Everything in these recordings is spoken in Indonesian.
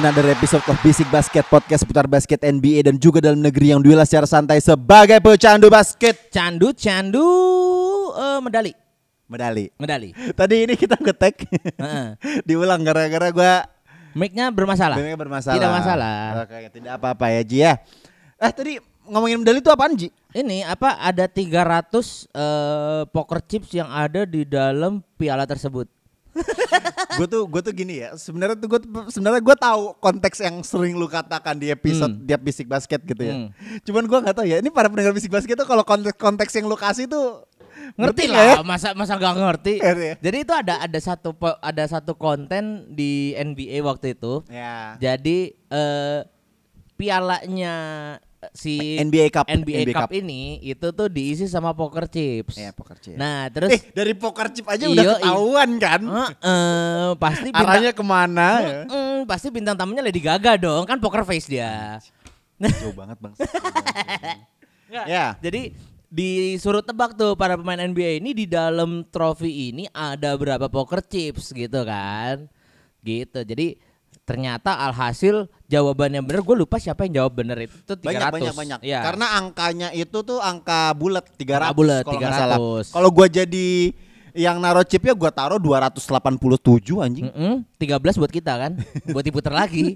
another episode of Basic Basket, podcast seputar basket NBA dan juga dalam negeri yang duelah secara santai sebagai pecandu basket. Candu medali. Tadi ini kita ngetek diulang gara-gara gue Mic-nya bermasalah. Tidak masalah. Oke, tidak apa-apa ya Ji ya. Tadi ngomongin medali itu apaan Ji? Ini ada 300 poker chips yang ada di dalam piala tersebut. Gue tuh gini ya. Sebenarnya gue tahu konteks yang sering lu katakan di episode tiap Basic Basket gitu ya. Cuman gue nggak tahu ya. Ini para pendengar Basic Basket tuh kalau konteks yang lu kasih tuh ngerti ya? lah, masa gak ngerti. Ya. Jadi itu ada satu konten di NBA waktu itu. Ya. Jadi pialanya si NBA Cup ini itu tuh diisi sama poker chips. Ya, poker chips. Nah, terus dari poker chip aja udah ketahuan kan? Pasti arahnya kemana ya? Pasti bintang tamunya Lady Gaga dong, kan poker face dia. Jauh banget bang. Ya. Jadi disuruh tebak tuh para pemain NBA ini di dalam trofi ini ada berapa poker chips gitu kan. Gitu. Jadi ternyata alhasil jawabannya benar. Gue lupa siapa yang jawab benar itu tuh 300. Banyak. Ya. Karena angkanya itu tuh angka bulat 300. Angka bulat 300. Kalau gue jadi yang naro chipnya gue taruh 287 anjing. 13 buat kita kan. Buat diputer lagi.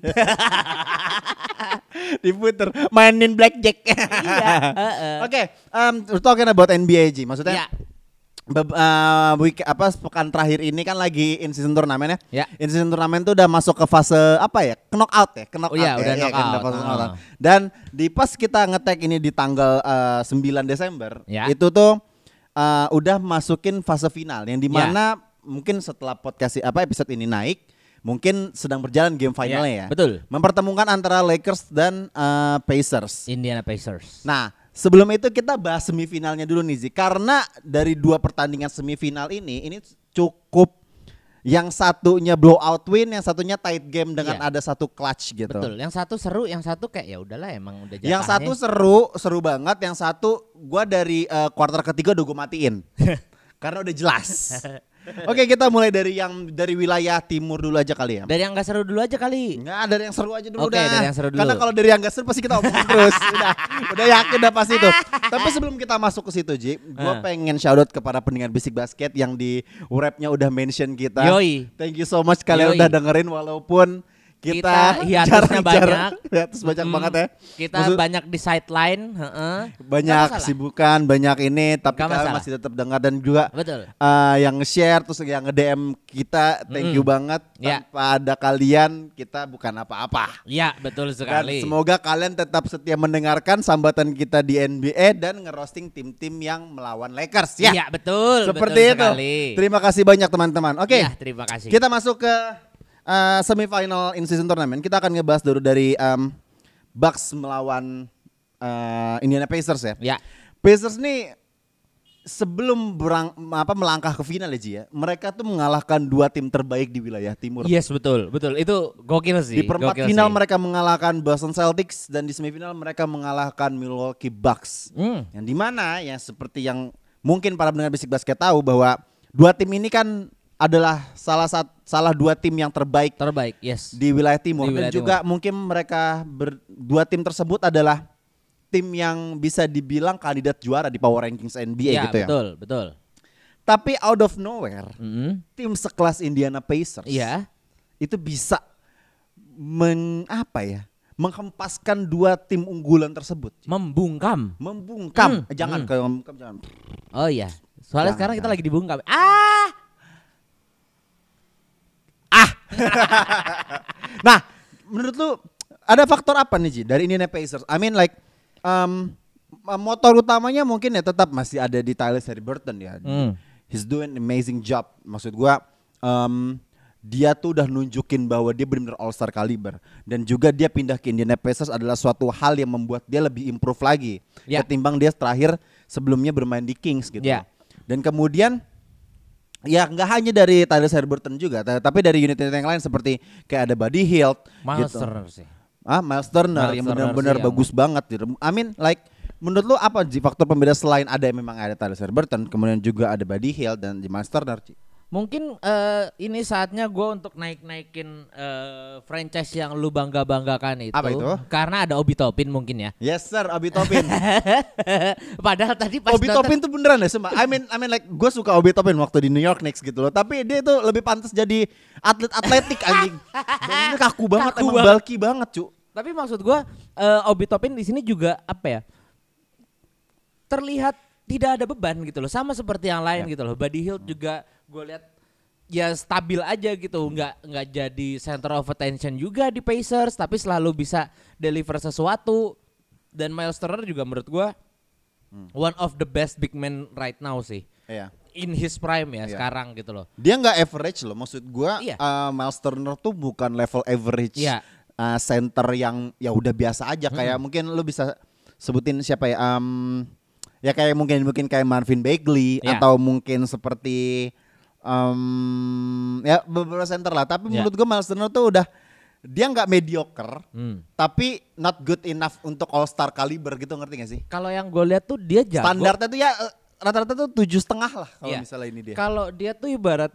Diputer mainin blackjack. Iya. Oke, talking about NBA Ji. Maksudnya pekan terakhir ini kan lagi in season turnamen ya. In season turnamen tuh udah masuk ke fase apa ya? Knockout ya. Udah knockout. Dan di pas kita ngetek ini di tanggal 9 Desember, itu tuh udah masukin fase final yang dimana mungkin setelah podcast episode ini naik, mungkin sedang berjalan game finalnya ya. Betul. Mempertemukan antara Lakers dan Pacers. Indiana Pacers. Nah, sebelum itu kita bahas semifinalnya dulu nih Zi. Karena dari 2 pertandingan semifinal ini cukup, yang satunya blowout win, yang satunya tight game dengan ada satu clutch gitu. Betul. Yang satu seru, yang satu kayak ya udahlah emang udah jatahnya. Yang satu seru banget, yang satu gua dari kuarter ketiga udah gue matiin. Karena udah jelas. Oke, kita mulai dari wilayah timur dulu aja kali ya. Dari yang gak seru dulu aja kali. Nggak, dari yang seru aja dulu. Oke, dari yang seru dulu. Karena kalau dari yang gak seru pasti kita omongin terus. Udah yakin dah pasti itu. Tapi sebelum kita masuk ke situ Ji, gue pengen shout out kepada pendengar Basic Basket yang di wrap-nya udah mention kita. Yoi. Thank you so much kalian udah dengerin walaupun kita hiatusnya banyak. Hiatus banyak banget ya. Kita banyak di sideline, banyak kesibukan, banyak ini, tapi kalian masih tetap dengar dan juga yang share terus yang nge-DM kita, thank you banget. Tanpa ada kalian kita bukan apa-apa. Iya, betul sekali. Dan semoga kalian tetap setia mendengarkan sambatan kita di NBA dan ngerosting tim-tim yang melawan Lakers ya. Iya, betul. Seperti betul itu. Sekali. Terima kasih banyak teman-teman. Oke. Ya, terima kasih. Kita masuk ke semifinal in season tournament. Kita akan ngebahas dulu dari Bucks melawan Indiana Pacers ya. Ya. Pacers nih sebelum melangkah ke final ya Ji ya, mereka tuh mengalahkan 2 tim terbaik di wilayah timur. Yes, betul. Itu gokil sih. Di perempat final mereka mengalahkan Boston Celtics dan di semifinal mereka mengalahkan Milwaukee Bucks. Yang dimana ya seperti yang mungkin para pendengar Basic Basket tahu bahwa 2 tim ini kan adalah salah 2 tim yang terbaik yes, di wilayah timur. Dan juga mungkin mereka 2 tim tersebut adalah tim yang bisa dibilang kandidat juara di Power Rankings NBA gitu ya. Betul. Tapi out of nowhere, tim sekelas Indiana Pacers itu bisa menghempaskan 2 tim unggulan tersebut. Membungkam. Jangan kayak membungkam jangan. Oh iya. Soalnya sekarang kita lagi dibungkam. Nah, menurut lu ada faktor apa nih Ji dari Indiana Pacers? I mean like motor utamanya mungkin ya tetap masih ada di Tyrese Haliburton ya. He's doing an amazing job. Maksud gua dia tuh udah nunjukin bahwa dia benar-benar all-star caliber dan juga dia pindah ke Indiana Pacers adalah suatu hal yang membuat dia lebih improve lagi ketimbang dia terakhir sebelumnya bermain di Kings gitu. Dan kemudian ya nggak hanya dari Tyrese Haliburton juga, tapi dari unit-unit yang lain seperti kayak ada Buddy Hield, Miles Turner sih. Miles Turner yang benar-benar bagus banget gitu. I mean like menurut lu apa sih faktor pembeda selain ada memang ada Tyrese Haliburton, kemudian juga ada Buddy Hield dan Miles Turner? Mungkin ini saatnya gue untuk naik-naikin franchise yang lu bangga-banggakan itu. Apa itu? Karena ada Obi Toppin mungkin ya. Yes sir, Obi Toppin. Padahal tadi pas Obi Toppin tuh beneran ya semua. I mean like gue suka Obi Toppin waktu di New York Knicks gitu loh. Tapi dia tuh lebih pantas jadi atlet atletik anjing. Badannya kaku banget, emang bulky banget cu. Tapi maksud gue Obi Toppin di sini juga apa ya? Terlihat tidak ada beban gitu loh. Sama seperti yang lain gitu loh. Buddy Hield juga gue lihat ya stabil aja gitu, nggak jadi center of attention juga di Pacers, tapi selalu bisa deliver sesuatu. Dan Miles Turner juga menurut gue one of the best big men right now sih. Iya. In his prime ya sekarang gitu loh. Dia nggak average loh, maksud gue Miles Turner tuh bukan level average center yang ya udah biasa aja. Kayak mungkin lu bisa sebutin siapa ya, ya kayak mungkin kayak Marvin Bagley atau mungkin seperti ya beberapa center lah. Tapi menurut gue Miles Turner tuh udah dia nggak mediocre, tapi not good enough untuk all star caliber gitu, ngerti gak sih? Kalau yang gue lihat tuh dia jago. Standarnya tuh ya rata-rata tuh 7,5 lah kalau misalnya ini dia. Kalau dia tuh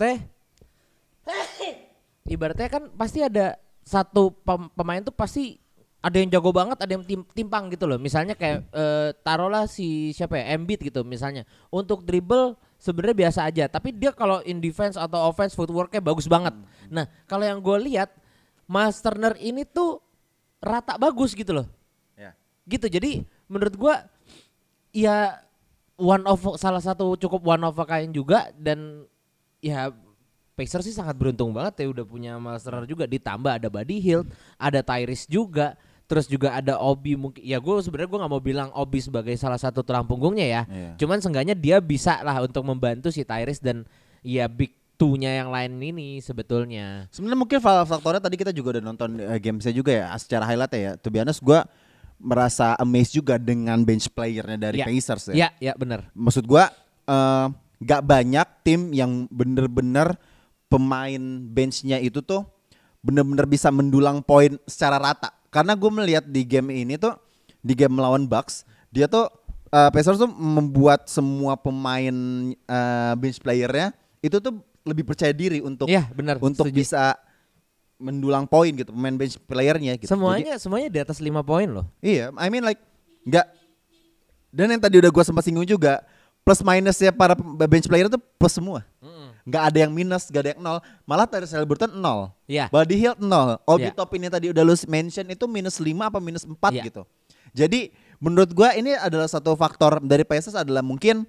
ibaratnya kan pasti ada satu pemain tuh pasti ada yang jago banget, ada yang timpang gitu loh. Misalnya kayak taruhlah si siapa ya, Embiid gitu misalnya. Untuk dribble sebenarnya biasa aja, tapi dia kalau in defense atau offense footworknya bagus banget. Nah kalau yang gue lihat Miles Turner ini tuh rata bagus gitu loh. Gitu, jadi menurut gue ya salah satu cukup one of a kind juga. Dan ya Pacers sih sangat beruntung banget ya udah punya Miles Turner juga, ditambah ada Buddy Hield, ada Tyrese juga. Terus juga ada Obi, mungkin ya gue sebenarnya gue nggak mau bilang Obi sebagai salah satu tulang punggungnya ya, cuman seenggaknya dia bisa lah untuk membantu si Tyrese dan ya big two-nya yang lain ini sebetulnya. Sebenarnya mungkin faktornya tadi kita juga udah nonton gamesnya juga ya secara highlight ya. To be honest gue merasa amazed juga dengan bench playernya dari Pacers ya. Iya benar. Maksud gue nggak banyak tim yang bener-bener pemain benchnya itu tuh bener-bener bisa mendulang poin secara rata. Karena gue melihat di game ini tuh, di game melawan Bucks, dia tuh Pacers tuh membuat semua pemain bench playernya itu tuh lebih percaya diri untuk bisa mendulang poin gitu, pemain bench playernya gitu. Semuanya di atas 5 poin loh. Iya, I mean like nggak. Dan yang tadi udah gue sempat singgung juga, plus minusnya para bench player itu plus semua. Nggak ada yang minus, nggak ada yang nol. Malah Tyrese Haliburton 0, Buddy Hield 0, Obi Toppin yang tadi udah lu mention itu -5 apa -4 gitu. Jadi menurut gua ini adalah satu faktor dari Pacers adalah mungkin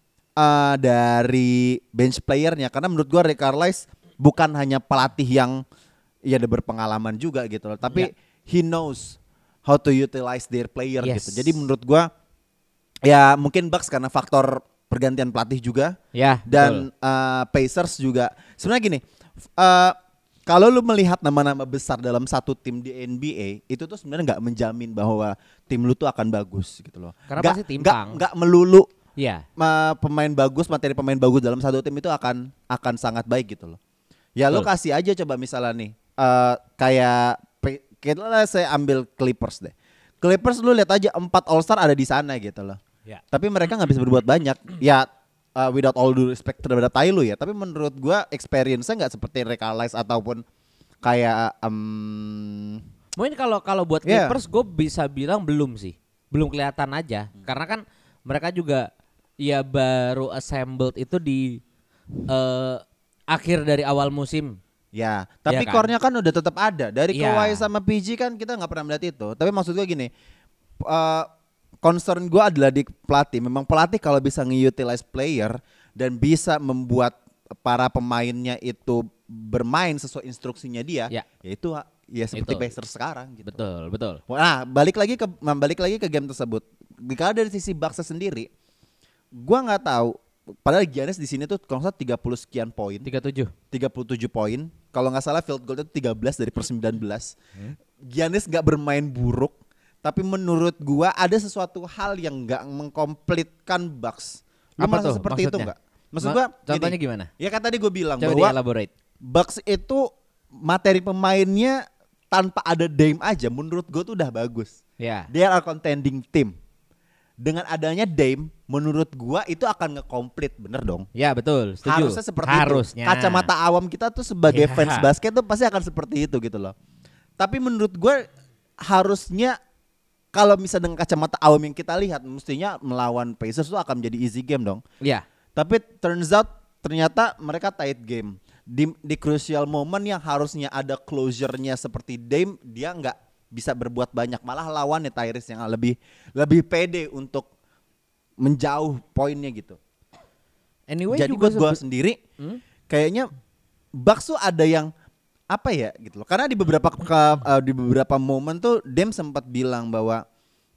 dari bench playernya. Karena menurut gua Rick Carlisle bukan hanya pelatih yang ya ada berpengalaman juga gitu loh, tapi he knows how to utilize their player gitu. Jadi menurut gua ya mungkin Bucks karena faktor pergantian pelatih juga, dan Pacers juga. Sebenarnya gini, kalau lu melihat nama-nama besar dalam satu tim di NBA, itu tuh sebenarnya nggak menjamin bahwa tim lu tuh akan bagus gitu loh. Karena pasti timpang. Nggak melulu. Pemain bagus, materi pemain bagus dalam satu tim itu akan sangat baik gitu loh. Ya lu kasih aja coba misalnya nih, kayak saya ambil Clippers deh. Clippers lu lihat aja 4 All-Star ada di sana gitu loh. Tapi mereka nggak bisa berbuat banyak. Ya without all due respect terhadap Tai Lue ya. Tapi menurut gua experience-nya nggak seperti Rick Carlisle ataupun kayak mungkin kalau buat Clippers gue bisa bilang belum sih. Belum kelihatan aja. Karena kan mereka juga ya baru assembled itu di akhir dari awal musim. Ya, tapi core-nya kan udah tetap ada. Dari Kawhi sama PG kan kita nggak pernah melihat itu. Tapi maksud gua gini, concern gue adalah di pelatih. Memang pelatih kalau bisa nge-utilize player dan bisa membuat para pemainnya itu bermain sesuai instruksinya dia, ya itu ya seperti Pacers sekarang gitu. Betul. Nah, balik lagi ke game tersebut. Kalau dari sisi Bucks sendiri, gue nggak tahu. Padahal Giannis di sini tuh kalau nggak salah 30 sekian poin, 37 poin. Kalau nggak salah field goal itu 13 dari per 19. Giannis nggak bermain buruk. Tapi menurut gua ada sesuatu hal yang nggak mengkomplitkan Bucks. Lu merasa seperti itu nggak? Maksud gua contohnya gimana? Ya kan tadi gua bilang coba bahwa Bucks itu materi pemainnya tanpa ada Dame aja menurut gua tuh udah bagus. They are a contending team. dengan adanya Dame menurut gua itu akan nge-complete, bener dong. Ya betul, setuju. Harusnya seperti itu. Kacamata awam kita tuh sebagai fans basket tuh pasti akan seperti itu gitu loh. Tapi menurut gua harusnya kalau misalnya dengan kacamata awam yang kita lihat, mestinya melawan Pacers tuh akan menjadi easy game dong. Iya. Tapi turns out ternyata mereka tight game. Di crucial moment yang harusnya ada closure-nya seperti Dame, dia nggak bisa berbuat banyak, malah lawannya Tyrese yang lebih pede untuk menjauh poinnya gitu. Anyway, jadi buat gue sendiri kayaknya Bucks tuh ada yang apa ya gitu loh. Karena di beberapa momen tuh Dame sempat bilang bahwa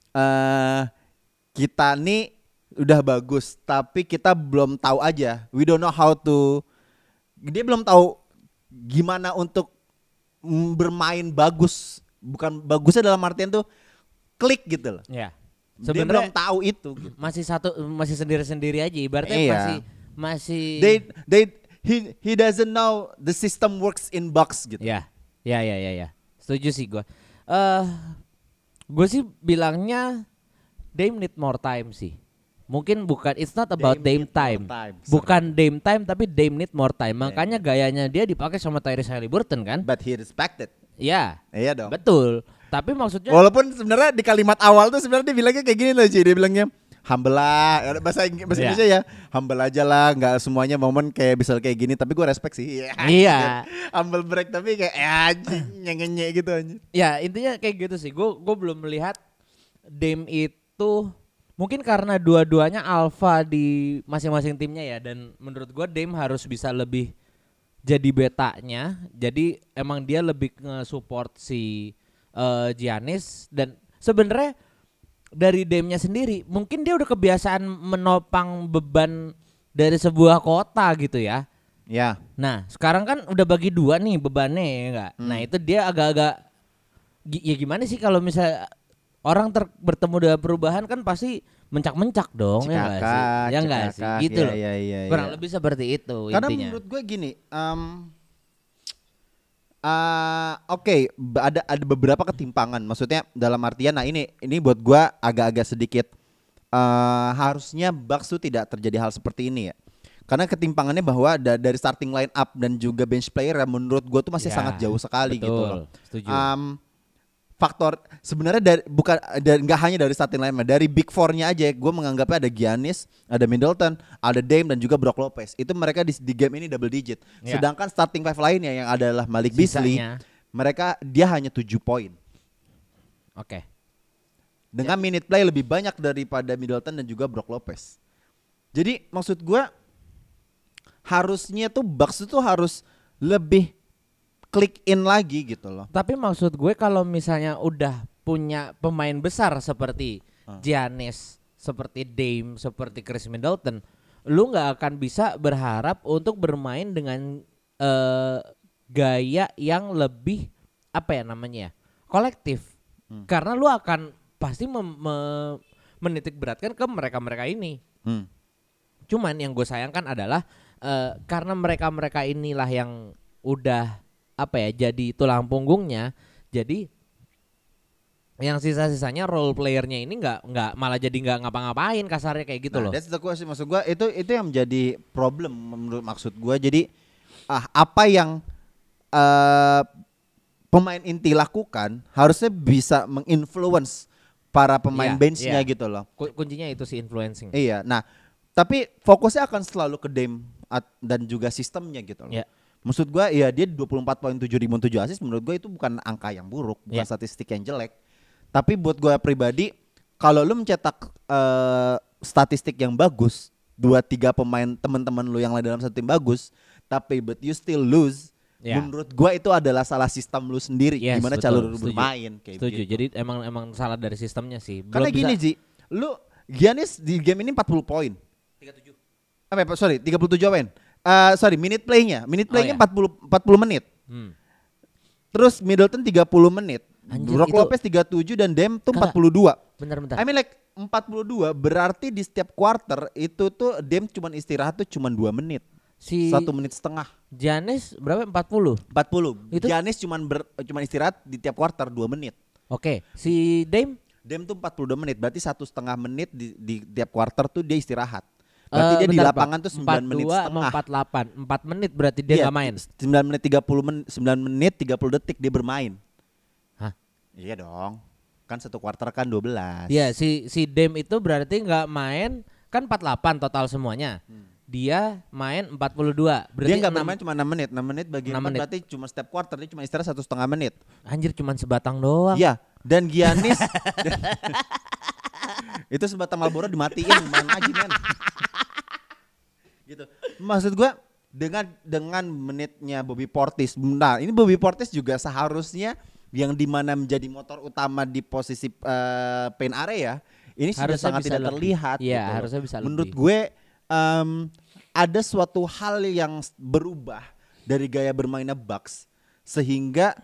kita nih udah bagus tapi kita belum tahu aja. We don't know how to. Dia belum tahu gimana untuk bermain bagus. Bukan bagusnya dalam artian tuh klik gitu loh. Ya. Dia belum tahu itu. Gitu. Masih sendiri-sendiri aja. Ibaratnya masih. He doesn't know the system works in Bucks gitu. Ya. Setuju sih gue. Gue sih bilangnya Dame need more time sih. Mungkin bukan, it's not about Dame time. Bukan Dame time tapi Dame need more time. Makanya gayanya dia dipakai sama Tyrese Haliburton kan. But he respected. Iya. Iya dong. Betul. Tapi maksudnya walaupun sebenarnya di kalimat awal tuh sebenarnya dia bilangnya kayak gini loh Ji. Dia bilangnya humble lah. Bahasa Indonesia ya. Humble aja lah. Gak semuanya momen kayak bisa kayak gini. Tapi gue respect sih. Iya. Humble break tapi kayak nyenye gitu aja. Ya intinya kayak gitu sih. Gue belum melihat Dame itu. Mungkin karena dua-duanya alpha di masing-masing timnya ya. Dan menurut gue Dame harus bisa lebih jadi betanya, jadi emang dia lebih nge-support si Giannis. Dan sebenarnya dari Dame-nya sendiri mungkin dia udah kebiasaan menopang beban dari sebuah kota gitu ya. Ya. Nah sekarang kan udah bagi dua nih bebannya ya enggak. Nah itu dia agak-agak ya gimana sih kalau misalnya orang bertemu dengan perubahan kan pasti mencak-mencak dong. Cikaka, ya enggak sih gitu loh. Kurang lebih seperti itu. Karena intinya menurut gue gini, oke, ada beberapa ketimpangan. Maksudnya dalam artian, nah ini buat gue agak-agak sedikit harusnya Bucks tuh tidak terjadi hal seperti ini ya. Karena ketimpangannya bahwa dari starting line up dan juga bench player yang menurut gue tuh masih sangat jauh sekali. Betul, gitu loh. Setuju. Faktor sebenarnya nggak hanya dari starting line, dari big four-nya aja gue menganggapnya ada Giannis, ada Middleton, ada Dame dan juga Brook Lopez. Itu mereka di game ini double digit. Sedangkan starting five lainnya yang adalah Malik Beasley, dia hanya 7 poin. Oke. Dengan minute play lebih banyak daripada Middleton dan juga Brook Lopez. Jadi maksud gue harusnya tuh Bucks itu harus lebih klik in lagi gitu loh. Tapi maksud gue kalau misalnya udah punya pemain besar seperti Giannis, seperti Dame, seperti Chris Middleton, lu nggak akan bisa berharap untuk bermain dengan gaya yang lebih apa ya namanya, kolektif. Karena lu akan pasti menitik beratkan ke mereka ini. Cuman yang gue sayangkan adalah karena mereka inilah yang udah apa ya, jadi tulang punggungnya, jadi yang sisa-sisanya role playernya ini nggak malah jadi nggak ngapa-ngapain, kasarnya kayak gitu loh. That's the question. Maksud gue itu yang menjadi problem menurut maksud gue. Jadi apa yang pemain inti lakukan harusnya bisa menginfluence para pemain benchnya gitu loh. Kuncinya itu sih influencing. Iya. Nah, tapi fokusnya akan selalu ke Dame dan juga sistemnya gitu loh. Maksud gue ya dia 24.7 rebound 7 assist, menurut gue itu bukan angka yang buruk, bukan statistik yang jelek. Tapi buat gue pribadi, kalau lu mencetak statistik yang bagus, 2-3 pemain teman-teman lu yang lain dalam satu tim bagus, tapi but you still lose, menurut gue itu adalah salah sistem lu sendiri. Gimana cara lu bermain kayak setuju. Gitu. Jadi emang salah dari sistemnya sih. Karena gini Ji, lu Giannis di game ini 40 poin. 37 poin. Minute playnya 40 menit. Terus Middleton 30 menit. Brook Lopez 37 dan Dame tuh 42. Bentar. I mean like 42 berarti di setiap quarter itu tuh Dame cuman istirahat tuh cuman 2 menit. 1 menit setengah. Giannis berapa? 40. Giannis cuman istirahat di tiap quarter 2 menit. Oke. Si Dame Dame tuh 42 menit, berarti 1,5 menit di tiap quarter tuh dia istirahat. Berarti dia di Bentar, lapangan Pak. tuh 9 menit 42 setengah. 48, 4 menit berarti dia Iya, nggak main. 9 menit 30 9 menit 30 detik dia bermain. Hah? Iya dong. Kan satu quarter kan 12. Iya, si Dame itu berarti nggak main kan 48 total semuanya. Dia main 42. Berarti Dia nggak 6 bermain cuma 6 menit. 6 menit bagi 6 4 menit. berarti cuma setiap quarter dia cuma istirahat 1,5 menit. Anjir cuman sebatang doang. Iya, dan Giannis itu sebatang Marlboro dimatiin main aja men. Gitu. Maksud gua dengan menitnya Bobby Portis. Nah, ini Bobby Portis juga seharusnya yang dimana menjadi motor utama di posisi paint area. Ini sudah Harusnya sangat bisa tidak lebih. terlihat. Iya, gitu. harusnya bisa Menurut lebih. gue ada suatu hal yang berubah dari gaya bermainnya Bucks sehingga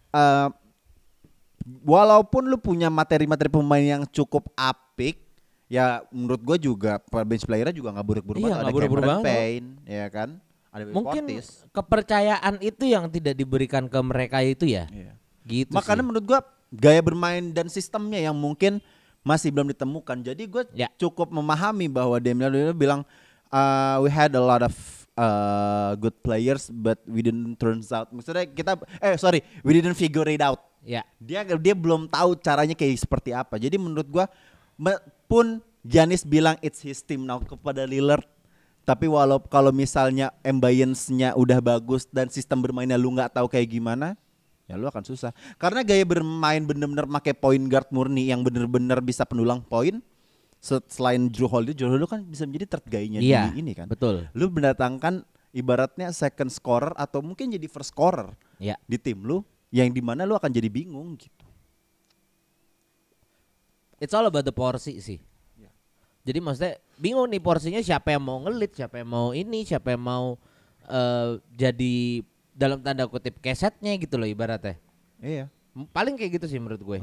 walaupun lu punya materi-materi pemain yang cukup apik, ya menurut gue juga bench playernya juga nggak buruk-buruk Iya, banget. nggak Ada buruk-buruk Cameron banget. Payne, ya kan? Ada Bobby Mungkin Portis. kepercayaan itu yang tidak diberikan ke mereka itu ya. Iya. Gitu Makanya sih. menurut gua gaya bermain dan sistemnya yang mungkin masih belum ditemukan. Jadi gue Ya. cukup memahami bahwa Damian Lillard bilang we had a lot of good players but we didn't turns out. Maksudnya we didn't figure it out. Ya. Dia belum tahu caranya kayak seperti apa. Jadi menurut gua pun Giannis bilang it's his team now kepada Lillard. Tapi kalau misalnya ambience-nya udah bagus dan sistem bermainnya lu nggak tahu kayak gimana, ya lu akan susah. Karena gaya bermain bener-bener pakai point guard murni yang bener-bener bisa pendulang poin. Selain Jrue Holiday kan bisa menjadi third guy-nya Iya, di ini kan. betul. Lu mendatangkan ibaratnya second scorer atau mungkin jadi first scorer Ya. di tim lu yang dimana lu akan jadi bingung gitu. It's all about the porsi sih. Jadi maksudnya bingung nih porsinya siapa yang mau ngelit, siapa yang mau ini, siapa yang mau jadi dalam tanda kutip kesetnya gitu loh ibaratnya. Iya. Paling kayak gitu sih menurut gue.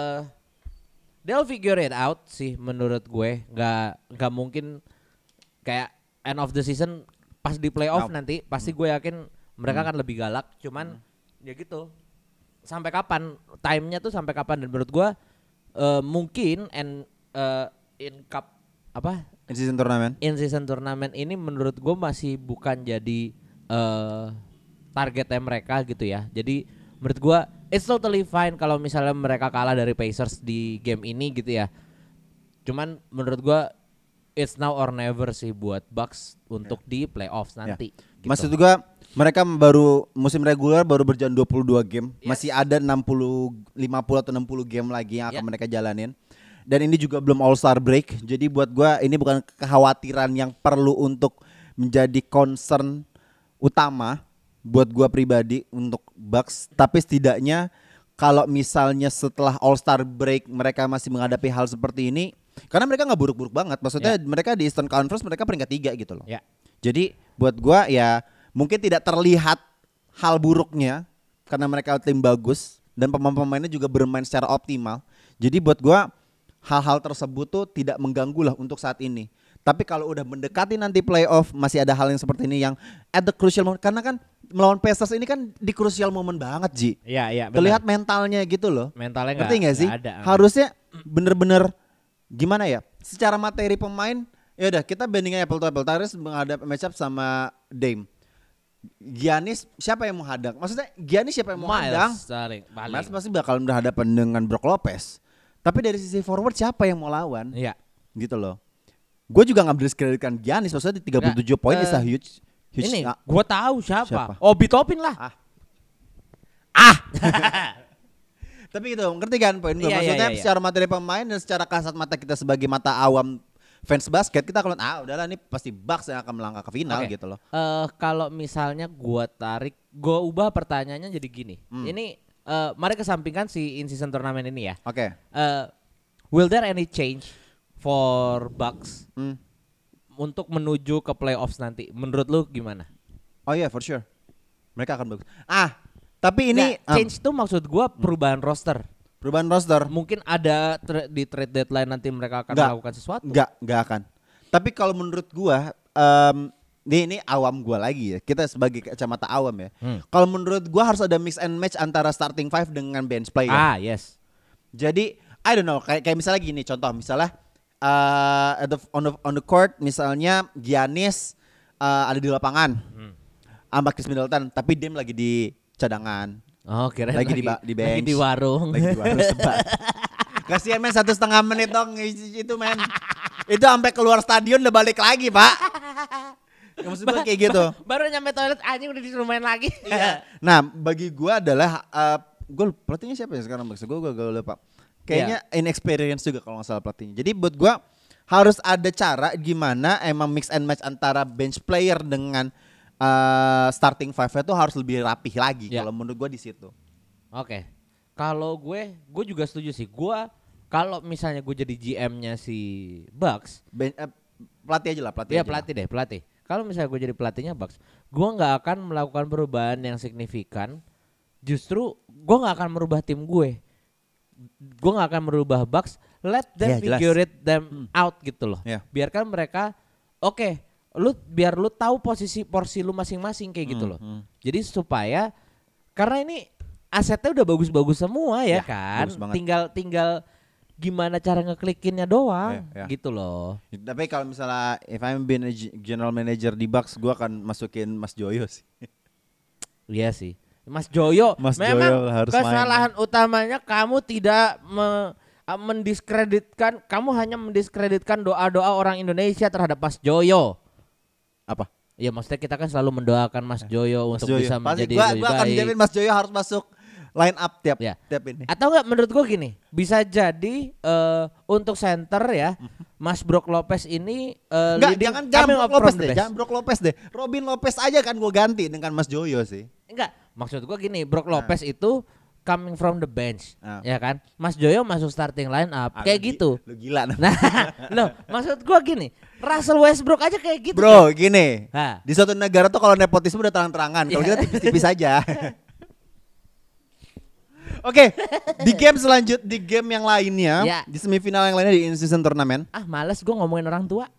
They'll figure it out sih menurut gue. Nggak mungkin kayak end of the season pas di playoff nanti pasti gue yakin mereka akan lebih galak. Cuman ya gitu. Sampai kapan? Time-nya tuh sampai kapan? Dan menurut gue mungkin in cup apa? In season turnamen ini menurut gue masih bukan jadi targetnya mereka gitu ya. Jadi menurut gue it's totally fine kalau misalnya mereka kalah dari Pacers di game ini gitu ya. Cuman menurut gue it's now or never sih buat Bucks untuk di playoffs nanti. Gitu. Maksud gua mereka baru musim reguler baru berjalan 22 game. Yes. Masih ada 50 atau 60 game lagi yang akan Yeah. mereka jalanin. Dan ini juga belum All-Star break. Jadi buat gua ini bukan kekhawatiran yang perlu untuk menjadi concern utama buat gua pribadi untuk Bucks, tapi setidaknya kalau misalnya setelah All-Star break mereka masih menghadapi hal seperti ini, karena mereka nggak buruk-buruk banget. Maksudnya mereka di Eastern Conference mereka peringkat 3 gitu loh. Ya. Jadi buat gua ya mungkin tidak terlihat hal buruknya karena mereka tim bagus dan pemain-pemainnya juga bermain secara optimal. Jadi buat gua hal-hal tersebut tuh tidak mengganggu lah untuk saat ini. Tapi kalau udah mendekati nanti playoff masih ada hal yang seperti ini yang at the crucial moment, karena kan melawan Pacers ini kan di crucial moment banget Ji. Iya, Terlihat mentalnya gitu loh. mentalnya Ngerti nggak sih? ada. Harusnya bener-bener gimana ya? Secara materi pemain, ya udah kita bandingin apple to apple. Tyrese menghadap matchup sama Dame. Giannis siapa yang mau hadang? Maksudnya Giannis siapa yang mau hadang? Miles pasti bakal berhadapan dengan Brook Lopez. Tapi dari sisi forward siapa yang mau lawan? Iya. Gitu loh. Gue juga nggak diskreditkan Giannis, maksudnya di 37 poin is a huge ini gue tahu siapa. Siapa? Obi Toppin lah. Tapi gitu, ngerti kan poin gue? Iya, Maksudnya iya. secara materi pemain dan secara kasat mata kita sebagai mata awam fans basket, kita kalau udahlah ini pasti Bucks yang akan melangkah ke final Oke. gitu loh. Kalau misalnya gue ubah pertanyaannya jadi gini. Ini mari kesampingkan si in season turnamen ini ya. Oke. Will there any change for Bucks untuk menuju ke playoffs nanti? Menurut lu gimana? Oh iya, for sure. Mereka akan bagus. Tapi ini Change itu maksud gue perubahan roster. perubahan roster. Mungkin ada di trade deadline nanti mereka akan Nggak. melakukan sesuatu. Enggak akan. Tapi kalau menurut gua ini awam gua lagi ya. Kita sebagai kacamata awam ya. Kalau menurut gua harus ada mix and match antara starting five dengan bench player. Yes. Jadi I don't know, kayak misalnya gini, contoh misalnya on the court misalnya Giannis ada di lapangan sama Chris Middleton, tapi Dame lagi di cadangan. Oh, kira lagi di bench. Lagi di warung. Lagi di warung sebat. Kasihan men 1,5 menit dong itu men. Itu sampai keluar stadion udah balik lagi, Pak. Ya, maksud gue kayak gitu. Baru nyampe toilet anjing udah disuruh main lagi. Iya. Nah, bagi gue adalah gue pelatihnya siapa ya sekarang? Maksud gue lupa. Kayaknya inexperience juga kalau nggak salah pelatihnya. Jadi buat gue harus ada cara gimana emang mix and match antara bench player dengan starting five-nya tuh harus lebih rapih lagi. Kalau menurut gue di situ. Oke. Kalau gue juga setuju sih. Gue kalau misalnya gue jadi GM-nya si Bucks, pelatih aja lah, pelatih. Iya, pelatih. Kalau misalnya gue jadi pelatihnya Bucks, gue nggak akan melakukan perubahan yang signifikan. Justru gue nggak akan merubah tim gue. Gue nggak akan merubah Bucks. Let them figure it them out gitu loh. Biarkan mereka biar lu tahu porsi lu masing-masing kayak gitu loh. Jadi supaya karena ini asetnya udah bagus-bagus semua ya kan. Tinggal gimana cara ngeklikinnya doang gitu loh. Tapi kalau misalnya if I'm being a general manager di Bucks, gua akan masukin Mas Joyo sih. Iya sih. Mas Joyo memang harus kesalahan utamanya kamu tidak kamu hanya mendiskreditkan doa-doa orang Indonesia terhadap Mas Joyo. Apa? Ya maksudnya kita kan selalu mendoakan Mas Joyo untuk bisa menjadi lebih baik. Gua akan jamin Mas Joyo harus masuk line up tiap ini. Atau enggak menurut gua gini, bisa jadi untuk center ya, Mas Brook Lopez ini jangan Brook Lopez deh. Robin Lopez aja kan gua ganti dengan Mas Joyo sih. Enggak, maksud gua gini, Brook Lopez itu coming from the bench, ya kan? Mas Joyo masuk starting line up, kayak gitu. Lu gila. Nah, loh, maksud gua gini, Russell Westbrook aja kayak gitu. Bro, gini. Di suatu negara tuh kalau nepotisme udah terang-terangan, kalau kita tipis-tipis aja. Oke, di game yang lainnya, di semifinal yang lainnya di in-season turnamen. Males gua ngomongin orang tua.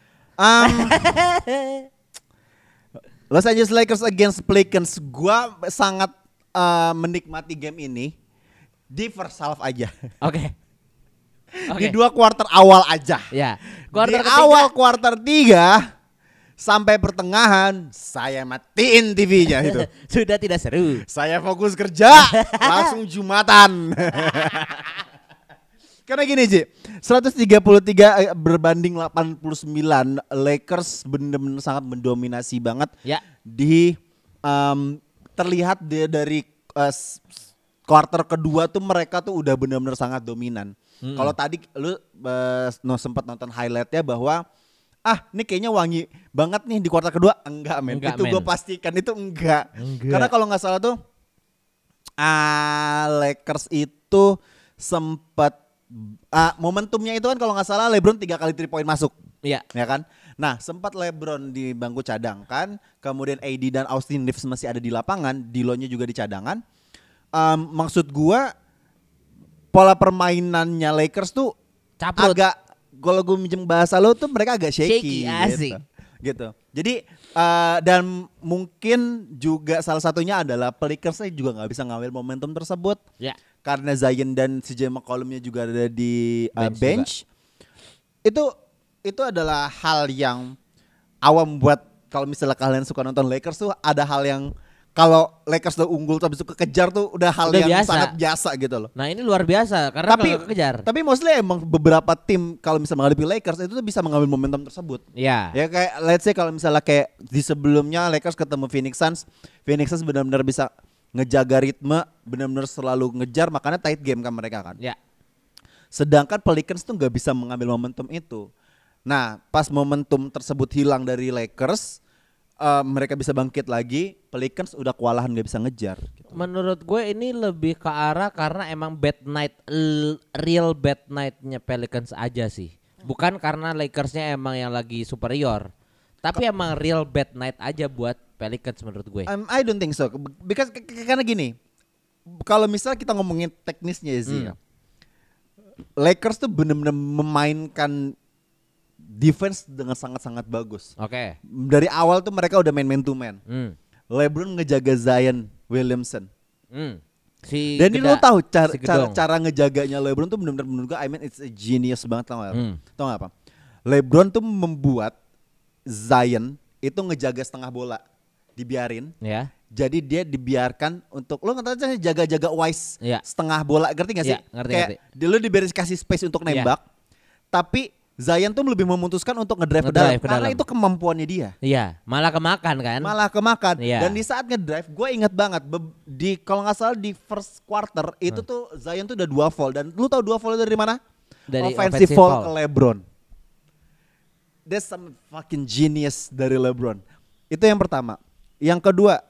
Los Angeles Lakers against Pelicans, gua sangat menikmati game ini di first half aja. Oke. Di 2 kuarter awal aja. Ya. Awal kuarter 3 sampai pertengahan saya matiin TV-nya itu. Sudah tidak seru. Saya fokus kerja, langsung Jumatan. Karena gini Ji, 133 berbanding 89, Lakers benar-benar sangat mendominasi banget. Di terlihat dari kuarter kedua tuh mereka tuh udah benar-benar sangat dominan. Kalau tadi lu sempat nonton highlightnya bahwa ini kayaknya wangi banget nih di kuarter kedua, enggak men. Itu gue pastikan itu enggak. Karena kalau nggak salah tuh Lakers itu sempat momentumnya itu kan kalau nggak salah LeBron 3 kali 3 point masuk. Ya kan? Nah, sempat LeBron di bangku cadangan, kemudian AD dan Austin Reeves masih ada di lapangan, D'Lo-nya juga di cadangan. Maksud gua pola permainannya Lakers tuh agak, kalau gue minjem bahasa lo tuh mereka agak shaky gitu. Jadi dan mungkin juga salah satunya adalah Pelicans juga nggak bisa ngambil momentum tersebut. Karena Zion dan CJ McCollum-nya juga ada di bench. Itu adalah hal yang awam buat kalau misalnya kalian suka nonton Lakers tuh, ada hal yang kalau Lakers udah unggul tapi suka kejar tuh udah hal yang sangat biasa gitu loh. Nah ini luar biasa karena kalau kejar. Tapi mostly emang beberapa tim kalau misalnya menghadapi Lakers itu tuh bisa mengambil momentum tersebut. Ya kayak let's say kalau misalnya kayak di sebelumnya Lakers ketemu Phoenix Suns benar-benar bisa ngejaga ritme, benar-benar selalu ngejar, makanya tight game kan mereka kan. Sedangkan Pelicans tuh nggak bisa mengambil momentum itu. Nah, pas momentum tersebut hilang dari Lakers, mereka bisa bangkit lagi. Pelicans udah kewalahan nggak bisa ngejar. Gitu. Menurut gue ini lebih ke arah karena emang real bad night-nya Pelicans aja sih. Bukan karena Lakersnya emang yang lagi superior, tapi emang real bad night aja buat Pelicans menurut gue. I don't think so. Because karena gini, kalau misalnya kita ngomongin teknisnya sih, Lakers tuh benar-benar memainkan defense dengan sangat-sangat bagus. Dari awal tuh mereka udah main man to man. LeBron ngejaga Zion Williamson. Dan ini lo tahu cara ngejaganya LeBron tuh benar-benar menurut gue, I mean it's a genius banget, tau gak apa? LeBron tuh membuat Zion itu ngejaga setengah bola, dibiarin. Ya. Jadi dia dibiarkan untuk lo nggak jaga-jaga wise setengah bola, ngerti gak sih? Ngerti. Lo diberi kasih space untuk nembak, tapi Zion tuh lebih memutuskan untuk ngedrive ke dalam karena itu kemampuannya dia. Iya, malah kemakan kan? Dan di saat ngedrive, gue inget banget di kalau nggak salah di first quarter itu tuh Zion tuh udah 2 foul, dan lu tahu 2 foul dari mana? Dari offensive foul ke LeBron. That's some fucking genius dari LeBron. Itu yang pertama. Yang kedua,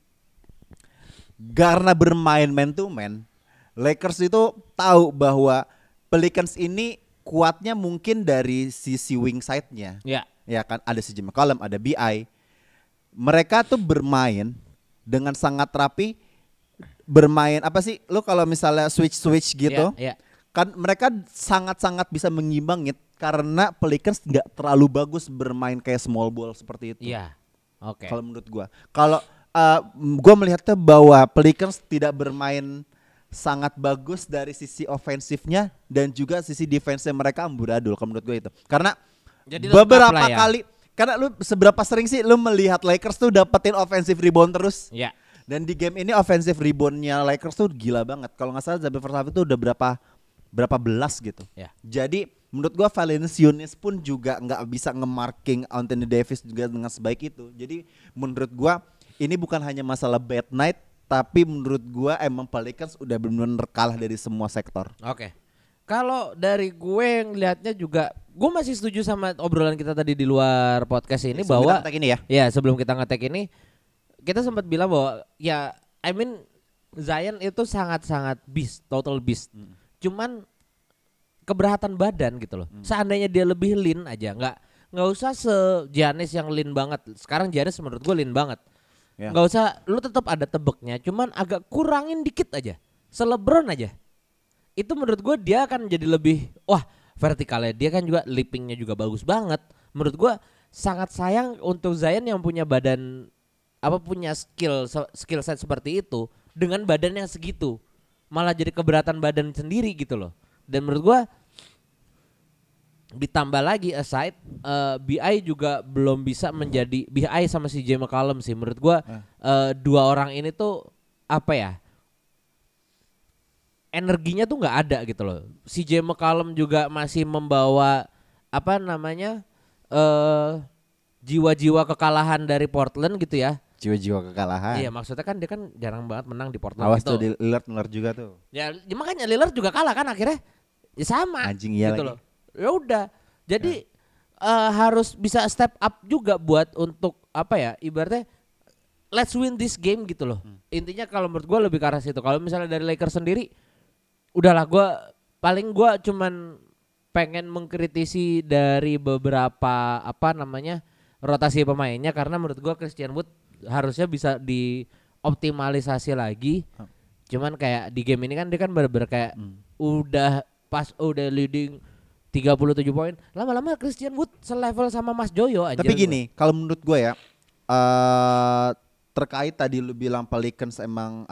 karena bermain man to man, Lakers itu tahu bahwa Pelicans ini kuatnya mungkin dari sisi wing side-nya. Ya kan, ada CJ McCollum, ada BI. Mereka tuh bermain dengan sangat rapi. Bermain apa sih? Lu kalau misalnya switch gitu. Kan mereka sangat-sangat bisa mengimbangin karena Pelicans nggak terlalu bagus bermain kayak small ball seperti itu. Iya. Oke. Kalau menurut gua. Kalau gua melihatnya bahwa Pelicans tidak bermain sangat bagus dari sisi ofensifnya dan juga sisi defense-nya mereka amburadul kalau menurut gue itu. Karena jadi beberapa kali, karena lu seberapa sering sih lu melihat Lakers tuh dapetin offensive rebound terus. Iya. Dan di game ini offensive rebound-nya Lakers tuh gila banget. Kalau nggak salah sampai first half itu udah berapa belas gitu. Ya. Jadi menurut gue Valanciunas pun juga nggak bisa nge-marking Anthony Davis juga dengan sebaik itu. Jadi menurut gue ini bukan hanya masalah bad night, tapi menurut gua emang Pelicans udah benar-benar kalah dari semua sektor. Oke. Kalau dari gue ngelihatnya juga, gue masih setuju sama obrolan kita tadi di luar podcast ini bahwa sebelum kita ngetek ini kita sempat bilang bahwa ya I mean Zion itu sangat-sangat beast, total beast. Cuman keberatan badan gitu loh. Seandainya dia lebih lean aja, nggak usah se-Giannis yang lean banget. Sekarang Giannis menurut gue lean banget. Nggak usah, lu tetap ada tebeknya, cuman agak kurangin dikit aja, se-LeBron aja. Itu menurut gue dia akan jadi lebih, vertikalnya dia kan juga leapingnya juga bagus banget. Menurut gue sangat sayang untuk Zion yang punya badan, punya skill set seperti itu dengan badan yang segitu, malah jadi keberatan badan sendiri gitu loh. Dan menurut gue ditambah lagi aside BI juga belum bisa menjadi BI sama si CJ McCollum sih menurut gua. Dua orang ini tuh energinya tuh nggak ada gitu loh. Si CJ McCollum juga masih membawa jiwa-jiwa kekalahan dari Portland gitu ya. Jiwa-jiwa kekalahan. Iya, maksudnya kan dia kan jarang banget menang di Portland. Awas gitu. Tuh di Lillard juga tuh. Ya makanya Lillard juga kalah kan akhirnya. Ya sama. Anjing iya gitu lagi. Loh. Ya udah, jadi harus bisa step up juga buat untuk ibaratnya let's win this game gitu loh. Intinya kalau menurut gue lebih ke arah situ. Kalau misalnya dari Lakers sendiri, udahlah gue cuman pengen mengkritisi dari beberapa rotasi pemainnya, karena menurut gue Christian Wood harusnya bisa dioptimalisasi lagi. Cuman kayak di game ini kan dia kan bener-bener kayak udah leading 37 poin, lama-lama Christian Wood selevel sama Mas Joyo aja. Tapi gini, kalau menurut gue ya, terkait tadi lu bilang Pelicans emang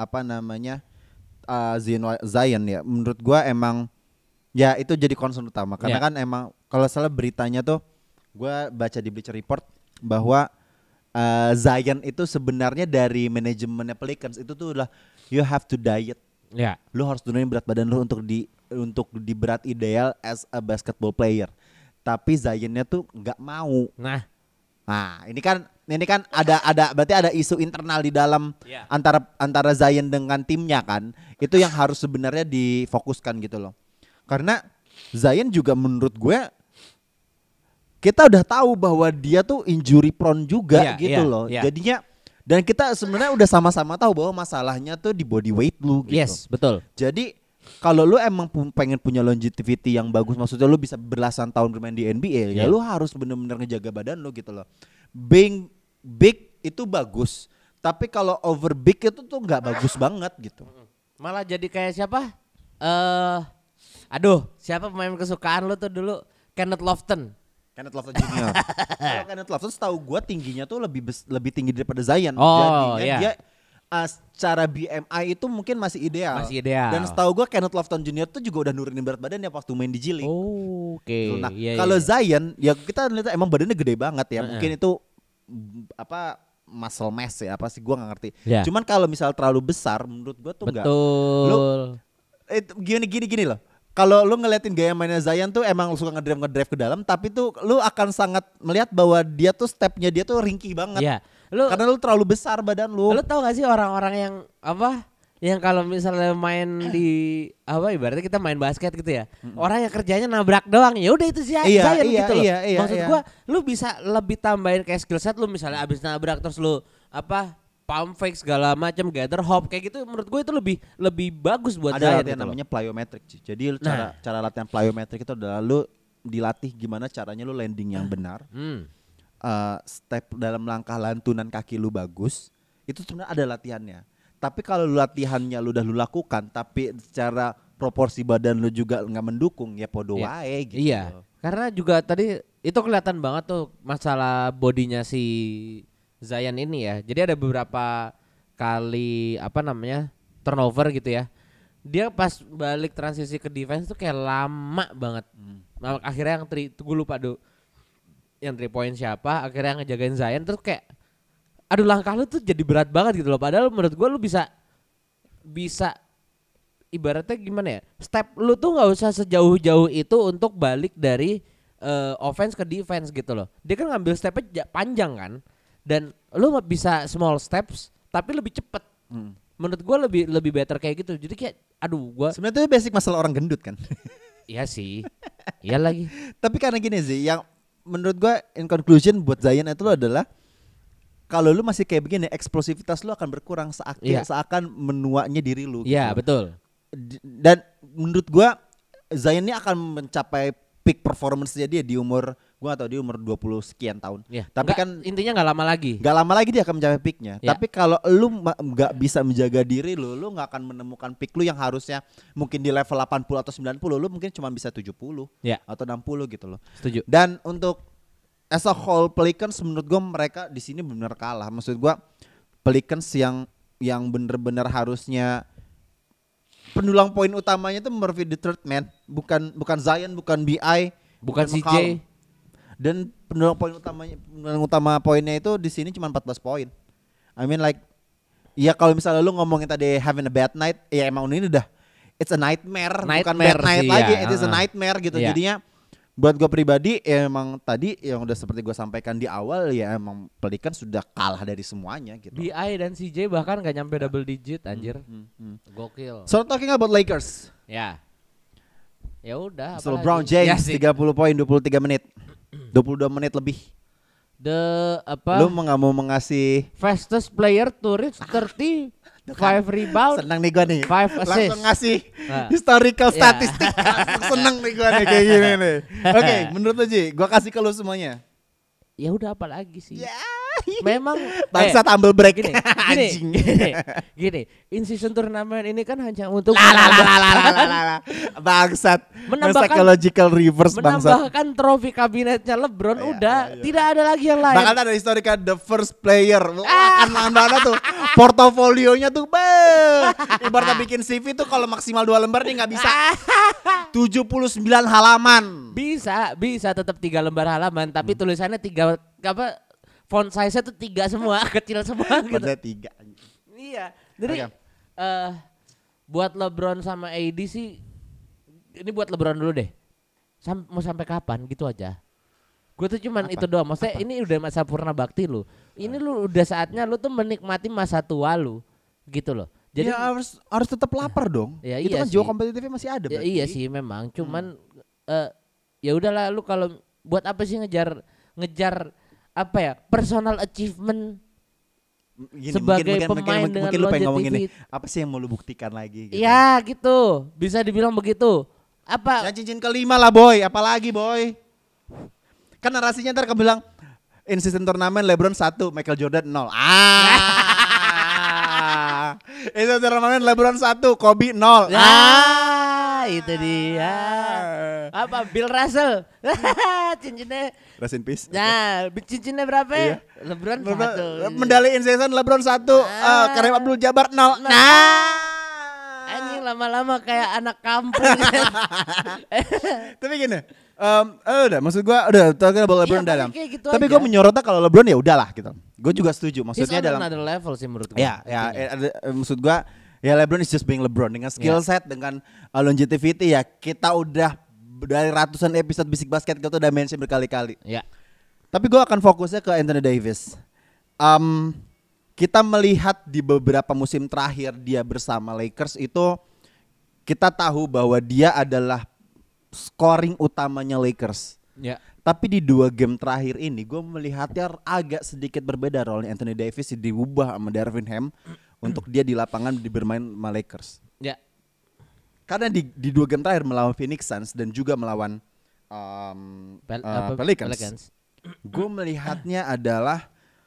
Zion ya, menurut gue emang ya itu jadi concern utama karena kan emang kalau salah beritanya tuh gue baca di Bleacher Report bahwa Zion itu sebenarnya dari manajemennya Pelicans itu tuh udah you have to diet. Ya. Lu harus turunin berat badan lu untuk di berat ideal as a basketball player. Tapi Zionnya tuh nggak mau. Nah, ini kan berarti ada isu internal di dalam antara Zion dengan timnya kan. Itu yang harus sebenarnya difokuskan gitu loh. Karena Zion juga menurut gue kita udah tahu bahwa dia tuh injury prone juga loh. Jadinya dan kita sebenarnya udah sama-sama tahu bahwa masalahnya tuh di body weight lu gitu. Yes, betul. Jadi kalau lu emang pengen punya longevity yang bagus, maksudnya lu bisa belasan tahun bermain di NBA, ya lu harus benar-benar ngejaga badan lu gitu loh. Being big itu bagus, tapi kalau over big itu tuh nggak bagus banget gitu. Malah jadi kayak siapa? Siapa pemain kesukaan lu tuh dulu? Kenneth Lofton Junior. Kalau Kenneth Lofton setahu gue tingginya tuh lebih tinggi daripada Zion. Jadinya dia secara BMI itu mungkin masih ideal. Masih ideal. Dan setahu gue Kenneth Lofton Jr. tuh juga udah nurunin berat badan ya waktu main di G League. Oh, oke. Nah, Iya, kalau iya. Zion ya kita lihat emang badannya gede banget ya. Mungkin itu muscle mass ya apa sih gue nggak ngerti. Ya. Cuman kalau misal terlalu besar menurut gue tuh enggak. Betul. Gini loh. Kalau lu ngeliatin gaya mainnya Zion tuh emang suka ngedrive ke dalam, tapi tuh lu akan sangat melihat bahwa dia tuh stepnya dia tuh ringkih banget. Iya. Karena lu terlalu besar badan lu. Lu tau gak sih orang-orang yang yang kalau misalnya main di ibaratnya kita main basket gitu ya. Orang yang kerjanya nabrak doang. Ya udah itu sih Zion gitu loh. Maksud gua lu bisa lebih tambahin kayak skill set lu misalnya abis nabrak terus lu pump fake segala macam, gather hop kayak gitu menurut gue itu lebih bagus buat ada Zion latihan gitu namanya plyometric. Jadi cara latihan plyometric itu adalah lu dilatih gimana caranya lu landing yang benar. Step dalam langkah lantunan kaki lu bagus. Itu sebenarnya ada latihannya. Tapi kalau latihannya lu udah lu lakukan tapi secara proporsi badan lu juga nggak mendukung ya podo wae gitu. Iya. Karena juga tadi itu kelihatan banget tuh masalah bodinya si Zion ini ya. Jadi ada beberapa kali turnover gitu ya. Dia pas balik transisi ke defense tuh kayak lama banget. Nah, akhirnya gue lupa yang 3 point siapa, akhirnya ngejagain Zion terus kayak aduh langkah lu tuh jadi berat banget gitu loh. Padahal menurut gue lu bisa ibaratnya gimana ya? Step lu tuh nggak usah sejauh-jauh itu untuk balik dari offense ke defense gitu loh. Dia kan ngambil stepnya panjang kan. Dan lu bisa small steps tapi lebih cepet. Menurut gue lebih better kayak gitu. Jadi kayak sebenarnya itu basic masalah orang gendut kan. Iya sih. Iya lagi. Tapi karena gini sih yang menurut gue in conclusion buat Zion itu lo adalah kalau lu masih kayak begini eksplosivitas lu akan berkurang seakan menuanya diri lu. Iya gitu. Betul. Dan menurut gue Zion ini akan mencapai peak performance-nya dia di umur gua gak tahu dia umur 20 sekian tahun. Ya, tapi kan intinya nggak lama lagi. Gak lama lagi dia akan mencapai peaknya. Ya. Tapi kalau lu nggak bisa menjaga diri lu nggak akan menemukan peak lu yang harusnya mungkin di level 80 atau 90, lu mungkin cuma bisa 70 atau 60 gitu loh. Setuju. Dan untuk as a whole Pelicans menurut gua mereka di sini benar kalah. Maksud gua Pelicans yang benar-benar harusnya pendulang poin utamanya itu Murphy the third man, bukan Zion, bukan BI, bukan CJ. McCollum. Dan pendulang utama poinnya itu di sini cuma 14 poin. I mean like ya kalau misalnya lu ngomongin tadi having a bad night, ya emang ini udah it's a nightmare bukan bad night lagi, it is a nightmare gitu. Jadinya buat gue pribadi ya emang tadi yang udah seperti gue sampaikan di awal ya emang Pelicans sudah kalah dari semuanya gitu. BI dan CJ bahkan gak nyampe double digit anjir. Gokil. So talking about Lakers. Ya udah. So LeBron James 30 poin 23 menit. 22 menit lebih. Lu nggak mau mengasih fastest player to reach 35 rebound. Senang nih gua nih. 5 assist. Langsung ngasih historical statistik. Langsung seneng nih gua nih kayak gini nih. Oke, menurut lu Ji, gua kasih ke lu semuanya. Ya udah apa lagi sih? Memang bangsa tumble break gini, in season turnamen ini kan hanya untuk bangsat, psychological reverse bangsat. Menambahkan trofi kabinetnya LeBron tidak ada lagi yang lain. Bakal ada historika the first player. Akan mana tuh portofolionya tuh ibaratnya bikin CV tuh kalau maksimal 2 lembar nih nggak bisa. 79 halaman. Bisa tetap 3 lembar halaman tapi tulisannya 3 font size-nya tuh 3 semua, kecil semua gitu. Font 3. Iya. Jadi buat LeBron sama AD sih ini buat LeBron dulu deh. Mau sampai kapan gitu aja. Gue tuh cuman itu doang. Maksudnya ini udah masa purna bakti lu. Ini lu udah saatnya lu tuh menikmati masa tua lu. Gitu loh. Jadi ya harus tetap lapar dong. Ya, itu iya kan jiwa kompetitifnya masih ada berarti. Iya sih memang. Cuman ya udahlah lu kalau buat apa sih ngejar personal achievement sebagai pemain dengan mungkin lu pengen ngomong longevity. gini, apa sih yang mau lu buktikan lagi gitu. Ya gitu, bisa dibilang begitu. Apa? Ya cincin kelima lah boy, apalagi boy. Kan narasinya ntar bilang in season turnamen LeBron 1, Michael Jordan 0. In season turnamen LeBron 1, Kobe 0. itu dia. Apa Bill Russell? Cincinnya. Rest in peace. Nah, cincinnya berapa ya? LeBron 1. Medali in season LeBron 1, Kareem Abdul-Jabbar 0. Anjing lama-lama kayak anak kampung. Tapi gini, udah maksud gue udah talking about LeBron Iya, dalam. gitu Tapi aja. gue menyorotnya kalau LeBron ya udahlah gitu. Gue juga setuju. Maksudnya He's on dalam another level sih menurut gue. ya maksud gue ya LeBron is just being LeBron dengan skill set, dengan longevity ya. Kita udah dari ratusan episode Bisik Basket kita udah mention berkali-kali. Ya. Tapi gue akan fokusnya ke Anthony Davis. Kita melihat di beberapa musim terakhir dia bersama Lakers itu kita tahu bahwa dia adalah scoring utamanya Lakers. Ya. Tapi di 2 game terakhir ini gue melihatnya agak sedikit berbeda rolnya. Anthony Davis diubah sama Darvin Ham untuk dia di lapangan bermain sama Lakers. Ya. Karena di 2 game terakhir melawan Phoenix Suns dan juga melawan Pelicans. Gue melihatnya adalah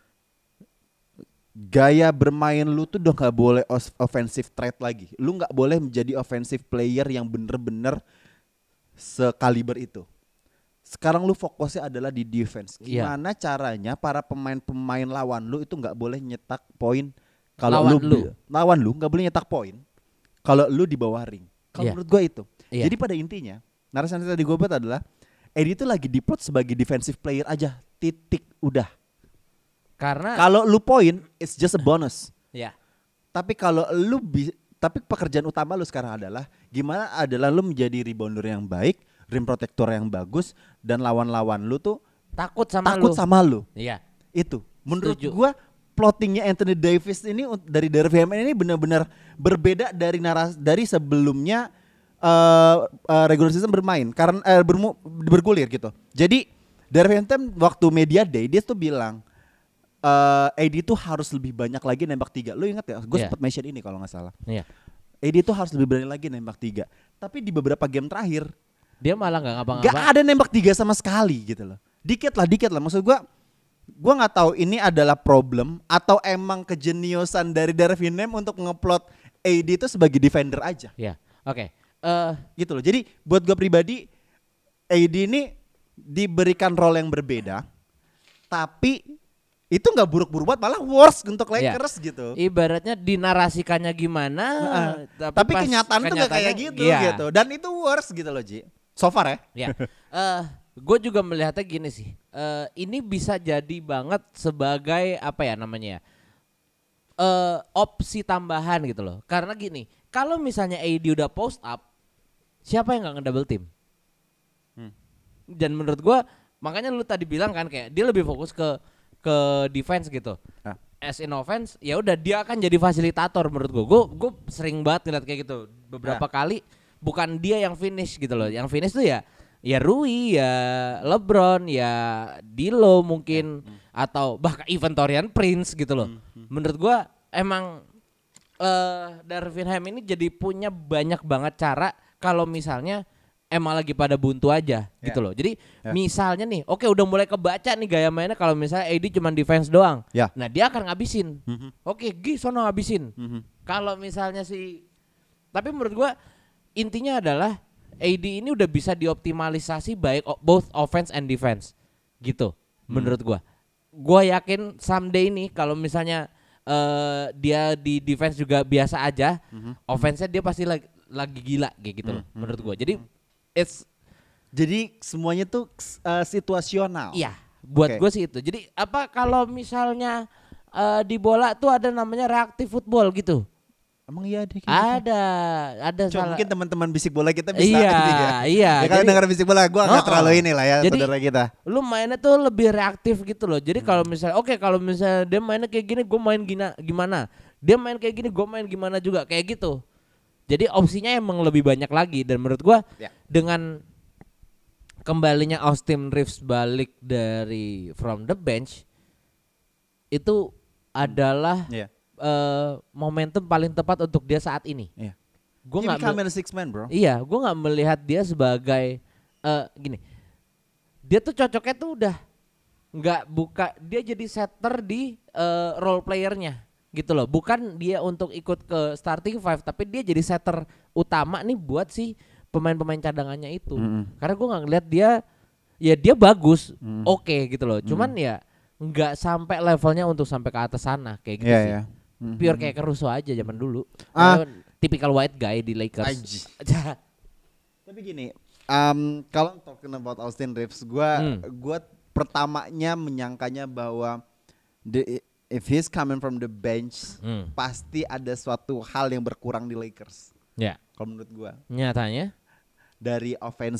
gaya bermain lu tuh udah gak boleh offensive threat lagi. Lu gak boleh menjadi offensive player yang bener-bener sekaliber itu. Sekarang lu fokusnya adalah di defense. Gimana caranya para pemain-pemain lawan lu itu gak boleh nyetak poin. Kalau lawan lu gak boleh nyetak poin kalau lu di bawah ring. Kalau menurut gue itu. Jadi pada intinya narasi yang tadi gue buat adalah Eddie itu lagi diplot sebagai defensive player aja. Titik, udah. Karena kalau lu poin, it's just a bonus. Ya. Tapi kalau tapi pekerjaan utama lu sekarang adalah gimana adalah lu menjadi rebounder yang baik, rim protector yang bagus, dan lawan-lawan lu tuh takut sama lu. Iya. Itu. Menurut gua plottingnya Anthony Davis ini dari Darvin Ham ini benar-benar berbeda dari sebelumnya regular season bermain karena bergulir gitu. Jadi Darvin Ham waktu media day dia tuh bilang AD tuh harus lebih banyak lagi nembak 3. Lu ingat ya? Gue sempat mention ini kalau nggak salah. Iya. AD tuh harus lebih berani lagi nembak 3. Tapi di beberapa game terakhir dia malah nggak ngapa-ngapa. Gak ada nembak 3 sama sekali gitu loh. Dikit lah. Maksud gue nggak tahu ini adalah problem atau emang kejeniusan dari Darvin Ham untuk ngeplot AD itu sebagai defender aja. Iya. Oke. Gitu loh. Jadi buat gue pribadi AD ini diberikan role yang berbeda, tapi itu nggak buruk-buruk banget, malah worse untuk Lakers gitu. Ibaratnya dinarasikannya gimana, tapi kenyataan tuh nggak kayak gitu. Dan itu worse gitu loh, Ji. So far ya. Gue juga melihatnya gini sih. Ini bisa jadi banget sebagai apa ya namanya ya? Opsi tambahan gitu loh. Karena gini, kalau misalnya AD udah post up, siapa yang nggak ngedouble team? Dan menurut gue, makanya lu tadi bilang kan kayak dia lebih fokus ke defense gitu. As in offense, ya udah dia akan jadi fasilitator menurut gue sering banget ngeliat kayak gitu. Beberapa kali bukan dia yang finish gitu loh. Yang finish tuh ya Rui, ya LeBron, ya D'Lo mungkin atau bahkan even Taurean Prince gitu loh. Menurut gue emang Darvin Ham ini jadi punya banyak banget cara kalau misalnya emang lagi pada buntu aja gitu loh. Jadi misalnya nih, oke udah mulai kebaca nih gaya mainnya kalau misalnya AD cuma defense doang. Nah dia akan ngabisin. Oke, sono ngabisin. Kalau misalnya tapi menurut gua intinya adalah AD ini udah bisa dioptimalisasi baik both offense and defense. Gitu menurut gua. Gua yakin someday ini kalau misalnya dia di defense juga biasa aja, offense-nya dia pasti lagi gila kayak gitu loh menurut gua. Jadi semuanya tuh situasional. Iya, buat gue sih itu. Jadi apa kalau misalnya di bola tuh ada namanya reactive football gitu. Emang iya ada? Ada. Coba mungkin teman-teman bisik bola kita bisa. Iya. Ya kalau dengar bisik bola, gue nggak terlalu ini lah ya, jadi, saudara kita. Lu mainnya tuh lebih reaktif gitu loh. Jadi kalau misalnya, kalau misalnya dia mainnya kayak gini, gue main gimana? Dia main kayak gini, gue main gimana juga kayak gitu. Jadi opsinya emang lebih banyak lagi dan menurut gua dengan kembalinya Austin Reeves balik dari from the bench itu adalah momentum paling tepat untuk dia saat ini. Gua nggak six man, bro. Iya, gua nggak melihat dia sebagai gini. Dia tuh cocoknya tuh udah nggak dia jadi setter di role playernya. Gitu loh, bukan dia untuk ikut ke starting five, tapi dia jadi setter utama nih buat si pemain-pemain cadangannya itu. Karena gue nggak ngeliat dia bagus, oke gitu loh. Cuman ya nggak sampai levelnya untuk sampai ke atas sana kayak gitu sih. Pure kayak Caruso aja zaman dulu. Typical white guy di Lakers. Tapi gini, kalau talking about Austin Reeves, gue pertamanya menyangkanya bahwa if he's coming from the bench, pasti ada suatu hal yang berkurang di Lakers. Ya. Kalau menurut gue. Nyatanya dari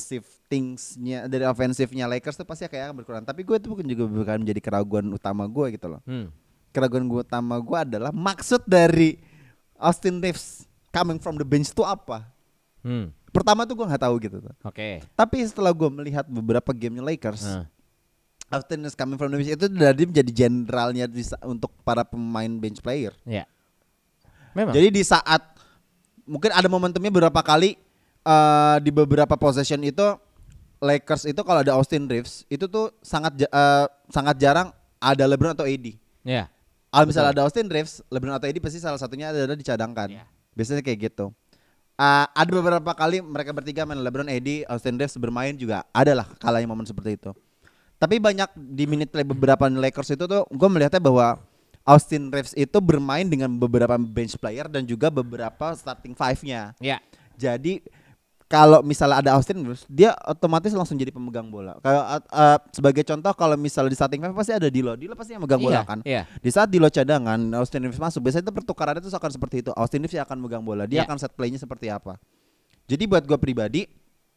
offensifnya Lakers tuh pasti kayak berkurang. Tapi gue itu bukan menjadi keraguan utama gue gitu loh. Keraguan gue utama gue adalah maksud dari Austin Reeves coming from the bench itu apa? Pertama tuh gue nggak tahu gitu tuh. Oke. Tapi setelah gue melihat beberapa gamenya Lakers, Austin Reeves coming from the bench itu dari menjadi generalnya untuk para pemain bench player. Ya. Memang. Jadi di saat mungkin ada momentumnya beberapa kali di beberapa possession itu Lakers itu kalau ada Austin Reeves itu tuh sangat jarang ada LeBron atau AD. Ya. Kalau misalnya ada Austin Reeves, LeBron atau AD pasti salah satunya adalah dicadangkan. Ya. Biasanya kayak gitu. Ada beberapa kali mereka bertiga main LeBron, AD, Austin Reeves bermain juga adalah kalanya momen seperti itu. Tapi banyak di minute play beberapa Lakers itu tuh gue melihatnya bahwa Austin Reeves itu bermain dengan beberapa bench player dan juga beberapa starting five-nya. Ya. Jadi kalau misalnya ada Austin Reeves, dia otomatis langsung jadi pemegang bola. Kayak sebagai contoh kalau misalnya di starting five pasti ada D'Lo pasti yang megang bola kan. Iya. Di saat D'Lo cadangan, Austin Reeves masuk, biasanya itu pertukarannya itu akan seperti itu. Austin Reeves akan megang bola, dia akan set play-nya seperti apa. Jadi buat gue pribadi,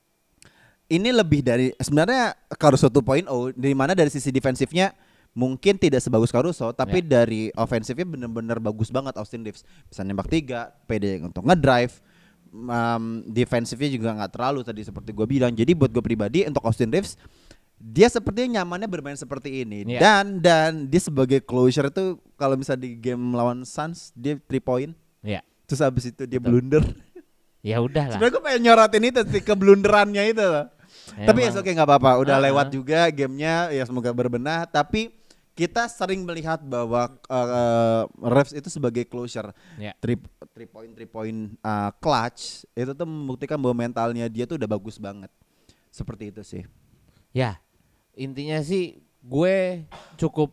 ini lebih dari sebenarnya Caruso 2.0, di mana dari sisi defensifnya mungkin tidak sebagus Caruso, tapi dari ofensifnya benar-benar bagus banget Austin Reeves. Bisa nembak 3, pede untuk ngedrive. Defensifnya juga nggak terlalu tadi seperti gue bilang. Jadi buat gue pribadi untuk Austin Reeves, dia sepertinya nyamannya bermain seperti ini. Dan dia sebagai closer itu kalau misalnya di game lawan Suns dia 3 point. Terus habis itu dia blunder. Ya udah lah. Sebenarnya gue pengen nyorotin itu sih keblunderannya itu loh. Tapi ya oke nggak apa-apa. Udah lewat juga gamenya, ya semoga berbenah. Tapi kita sering melihat bahwa Reeves itu sebagai closer, 3 point clutch itu tuh membuktikan bahwa mentalnya dia tuh udah bagus banget. Seperti itu sih. Ya, intinya sih gue cukup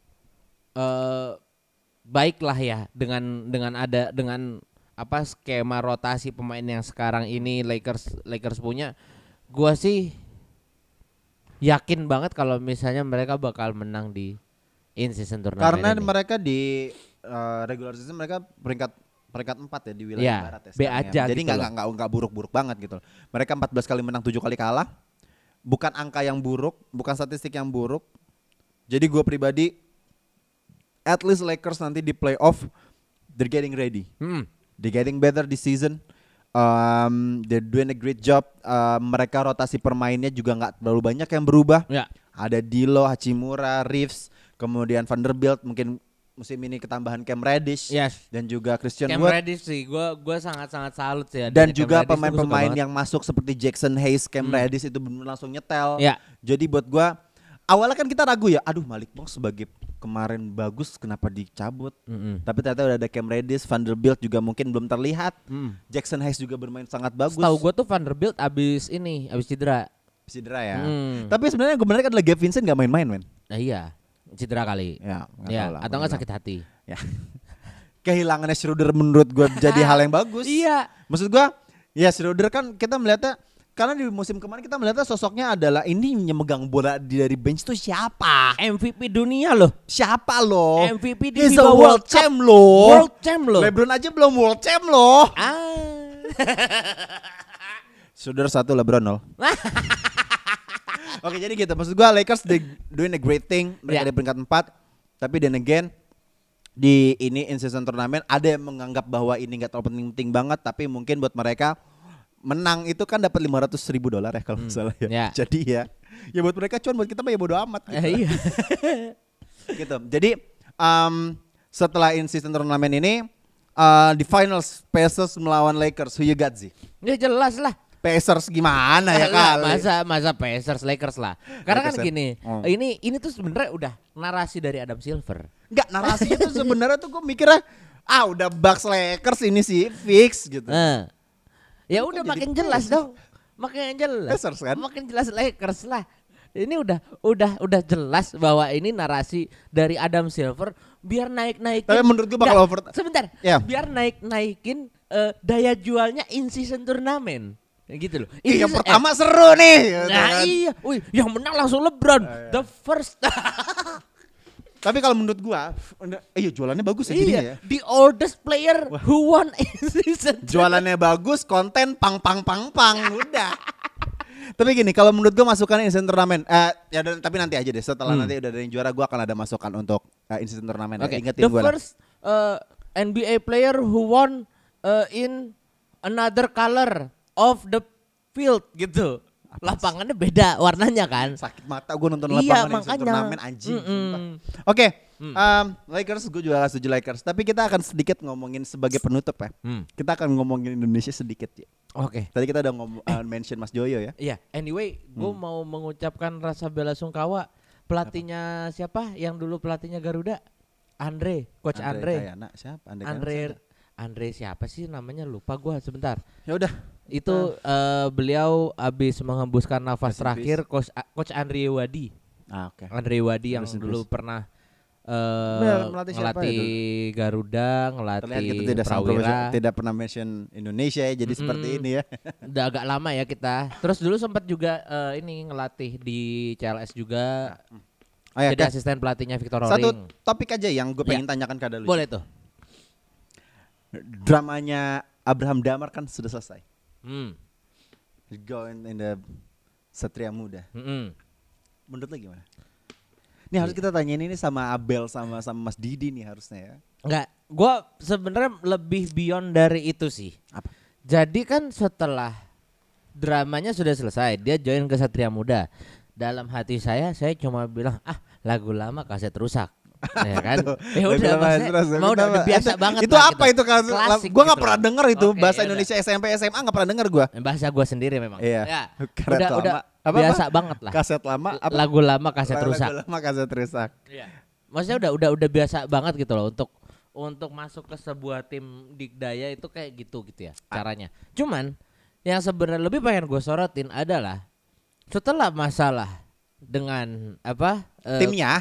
baik lah ya dengan apa skema rotasi pemain yang sekarang ini Lakers punya. Gue sih yakin banget kalau misalnya mereka bakal menang di in season turnamen. Karena ini. mereka di regular season mereka peringkat 4 ya di wilayah barat ya. B aja. Jadi gitu nggak buruk-buruk banget gitu. Mereka 14 kali menang, 7 kali kalah. Bukan angka yang buruk, bukan statistik yang buruk. Jadi gue pribadi at least Lakers nanti di playoff they're getting ready. They're getting better this season. They're doing a great job. Mereka rotasi permainnya juga nggak terlalu banyak yang berubah. Ada D'Lo, Hachimura, Reeves, kemudian Vanderbilt, mungkin musim ini ketambahan Cam Reddish dan juga Christian Wood. Cam Reddish sih, gue sangat salut sih. Dan juga pemain-pemain yang masuk seperti Jackson Hayes, Cam Reddish itu benar langsung nyetel. Jadi buat gue, awalnya kan kita ragu ya, aduh Malik Monk sebagai kemarin bagus kenapa dicabut. Tapi ternyata udah ada Cam Reddish, Vanderbilt juga mungkin belum terlihat. Jackson Hayes juga bermain sangat bagus. Tahu gue tuh Vanderbilt abis cedera ya. Tapi sebenarnya gue bener kan adalah Gabe Vincent gak main-main men. Nah iya, cedera kali. Ya, atau nggak sakit hati. Ya. Kehilangannya Schroeder menurut gue jadi hal yang bagus. Iya. Maksud gue, ya Schroeder kan kita melihatnya, karena di musim kemarin kita melihatnya sosoknya adalah ini yang megang bola dari bench tuh siapa? MVP dunia loh. Siapa loh? MVP di He's FIBA a world champ loh. World champ loh. LeBron aja belum world champ loh. Schroeder 1, LeBron 0. Oke, jadi gitu. Maksud gue Lakers they doing a great thing. Mereka di peringkat 4. Tapi then again di ini in season turnamen ada yang menganggap bahwa ini nggak terlalu penting banget. Tapi mungkin buat mereka menang itu kan dapat $500,000 ya kalau misalnya ya. Jadi ya buat mereka cuan, buat kita mah ya bodo amat. Gitu. Iya. Gitu. Jadi setelah in season turnamen ini di finals Pacers melawan Lakers, who you got sih? Ya jelas lah. Pacers gimana ya kali? Masa Pacers Lakers lah. Karena Lakers kan gini, ini tuh sebenarnya udah narasi dari Adam Silver. Enggak, narasinya tuh sebenarnya tuh gue mikirnya udah Bucks Lakers ini sih fix gitu. Ya udah makin jelas dong. makin jelas. Lakers kan? Makin jelas Lakers lah. Ini udah jelas bahwa ini narasi dari Adam Silver biar naik-naikin. Tapi menurut gue bakal over. Sebentar. Ya. Biar naik-naikin daya jualnya in season turnamen. Gitu loh. Yang pertama seru nih. Nah iya. Wih, yang menang langsung LeBron. The first. Tapi kalau menurut gua, iya jualannya bagus ya jadinya ya. The oldest player who won in season. Jualannya bagus, konten pang udah. Tapi gini, kalau menurut gua masukan in-season turnamen, ya tapi nanti aja deh. Setelah nanti udah ada yang juara, gua akan ada masukan untuk in-season turnamen. Okay. Ingetin gua The first NBA player who won in another color of the field gitu. Lapangannya beda warnanya kan. Sakit mata gue nonton iya, lapangan in-season turnamen anjing. Oke, Lakers gue juga setuju Lakers. Tapi kita akan sedikit ngomongin sebagai penutup ya. Kita akan ngomongin Indonesia sedikit ya. Oke. Tadi kita udah mention Mas Joyo ya. Iya. Anyway, gue mau mengucapkan rasa bela sungkawa pelatihnya siapa? Yang dulu pelatihnya Garuda? Coach Andre. Kayana, siapa? Andre siapa sih namanya, lupa gue sebentar. Ya udah. Itu beliau habis menghembuskan nafas terakhir coach Andre Wadi. Oke. Andre Wadi yang dulu pernah ngelatih Garuda, ngelatih Prawira. Tidak pernah mention Indonesia ya, jadi seperti ini ya. Udah agak lama ya kita. Terus dulu sempat juga ini ngelatih di CLS juga. Jadi asisten pelatihnya Victor Roring. Satu topik aja yang gue pengen tanyakan ke Adalu. Boleh tuh. Dramanya Abraham Damar kan sudah selesai. Go in the Satria Muda. Menurut lo gimana? Ini harus kita tanyain ini sama Abel sama Mas Didi nih harusnya ya. Enggak, gue sebenarnya lebih beyond dari itu sih. Apa? Jadi kan setelah dramanya sudah selesai, dia join ke Satria Muda. Dalam hati saya cuma bilang lagu lama kaset rusak. Ya kan? Ya udah udah biasa banget. Itu apa gitu. itu kan? Gue nggak pernah denger itu bahasa Indonesia SMP SMA nggak pernah denger gue. Bahasa gue sendiri memang. Iya. Ya, udah biasa banget lah. Kaset lama. Lagu lama kaset rusak. Lagu lama kaset rusak. Iya. Maksudnya udah biasa banget gitu loh untuk masuk ke sebuah tim Digdaya itu kayak gitu ya caranya. Cuman yang sebenarnya lebih pengen gue sorotin adalah setelah masalah dengan timnya.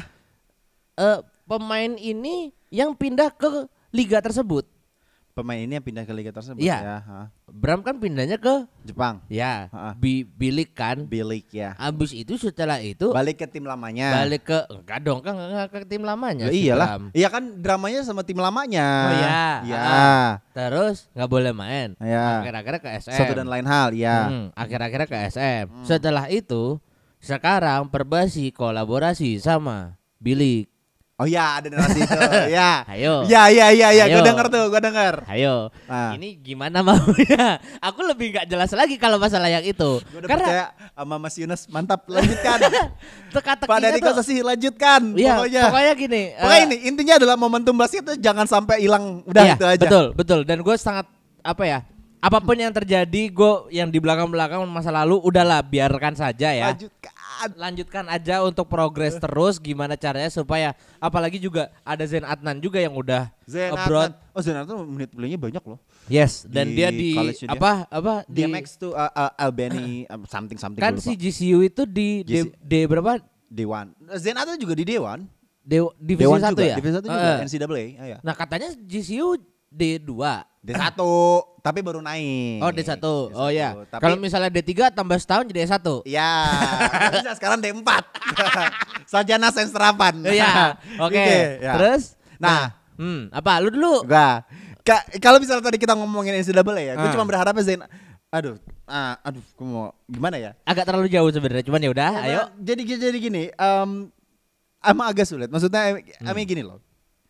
Pemain ini yang pindah ke liga tersebut. Pemain ini yang pindah ke liga tersebut ya. Bram kan pindahnya ke Jepang. Ya. Bilik kan. Bilik ya. Abis itu setelah itu balik ke tim lamanya. Enggak dong kan enggak ke tim lamanya. Iyalah. Iya kan dramanya sama tim lamanya. Oh iya. Iya. Terus enggak boleh main. Iya. Akhir-akhirnya ke SM. Satu dan lain hal ya. Akhir-akhirnya ke SM. Setelah itu sekarang Perbasi kolaborasi sama Bilik. Oh ya, ada narasi itu. Ya. Ayo. Ya. Gue denger. Ayo. Ini gimana maunya? Aku lebih nggak jelas lagi kalau masalah yang itu. Gue udah percaya sama Mas Yunus. Mantap, lanjutkan. Pak Dari Kosasi lanjutkan. Iya, pokoknya gini. Pokoknya ini intinya adalah momentum basket itu jangan sampai hilang. Udah itu aja. Betul. Dan gue sangat apapun yang terjadi, gue yang di belakang masa lalu udahlah biarkan saja ya. Lanjutkan aja untuk progres terus gimana caranya supaya apalagi juga ada Zen Adnan juga yang udah abroad. Zen Adnan menit playnya banyak loh. Yes, dan dia di di DMX tuh Albany something kan si GCU itu di berapa? D1. Zen Adnan juga di D1. Divisi 1 ya? Divisi 1 juga NCAA. Ya. Nah, katanya GCU D2. D1, tapi baru naik. Oh, D1. Oh ya. Kalau misalnya D3 tambah setahun jadi S1. Iya. Bisa sekarang D4. Sarjana Sains Terapan. Iya. Oke. Ya. Terus apa? Lu dulu? Enggak. Kalau misalnya tadi kita ngomongin NCAA ya, gue cuma berharap Zain aduh, gue mau gimana ya? Agak terlalu jauh sebenarnya, cuman ya udah, ayo. Jadi gini, emang agak sulit. Maksudnya gini loh.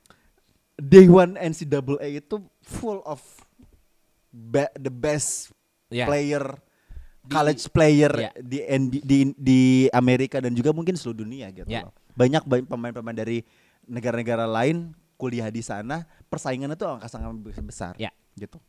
Day one NCAA itu full of the best player, college player di Amerika dan juga mungkin seluruh dunia gitu loh. Banyak pemain-pemain dari negara-negara lain kuliah di sana, persaingannya tuh sangat besar gitu.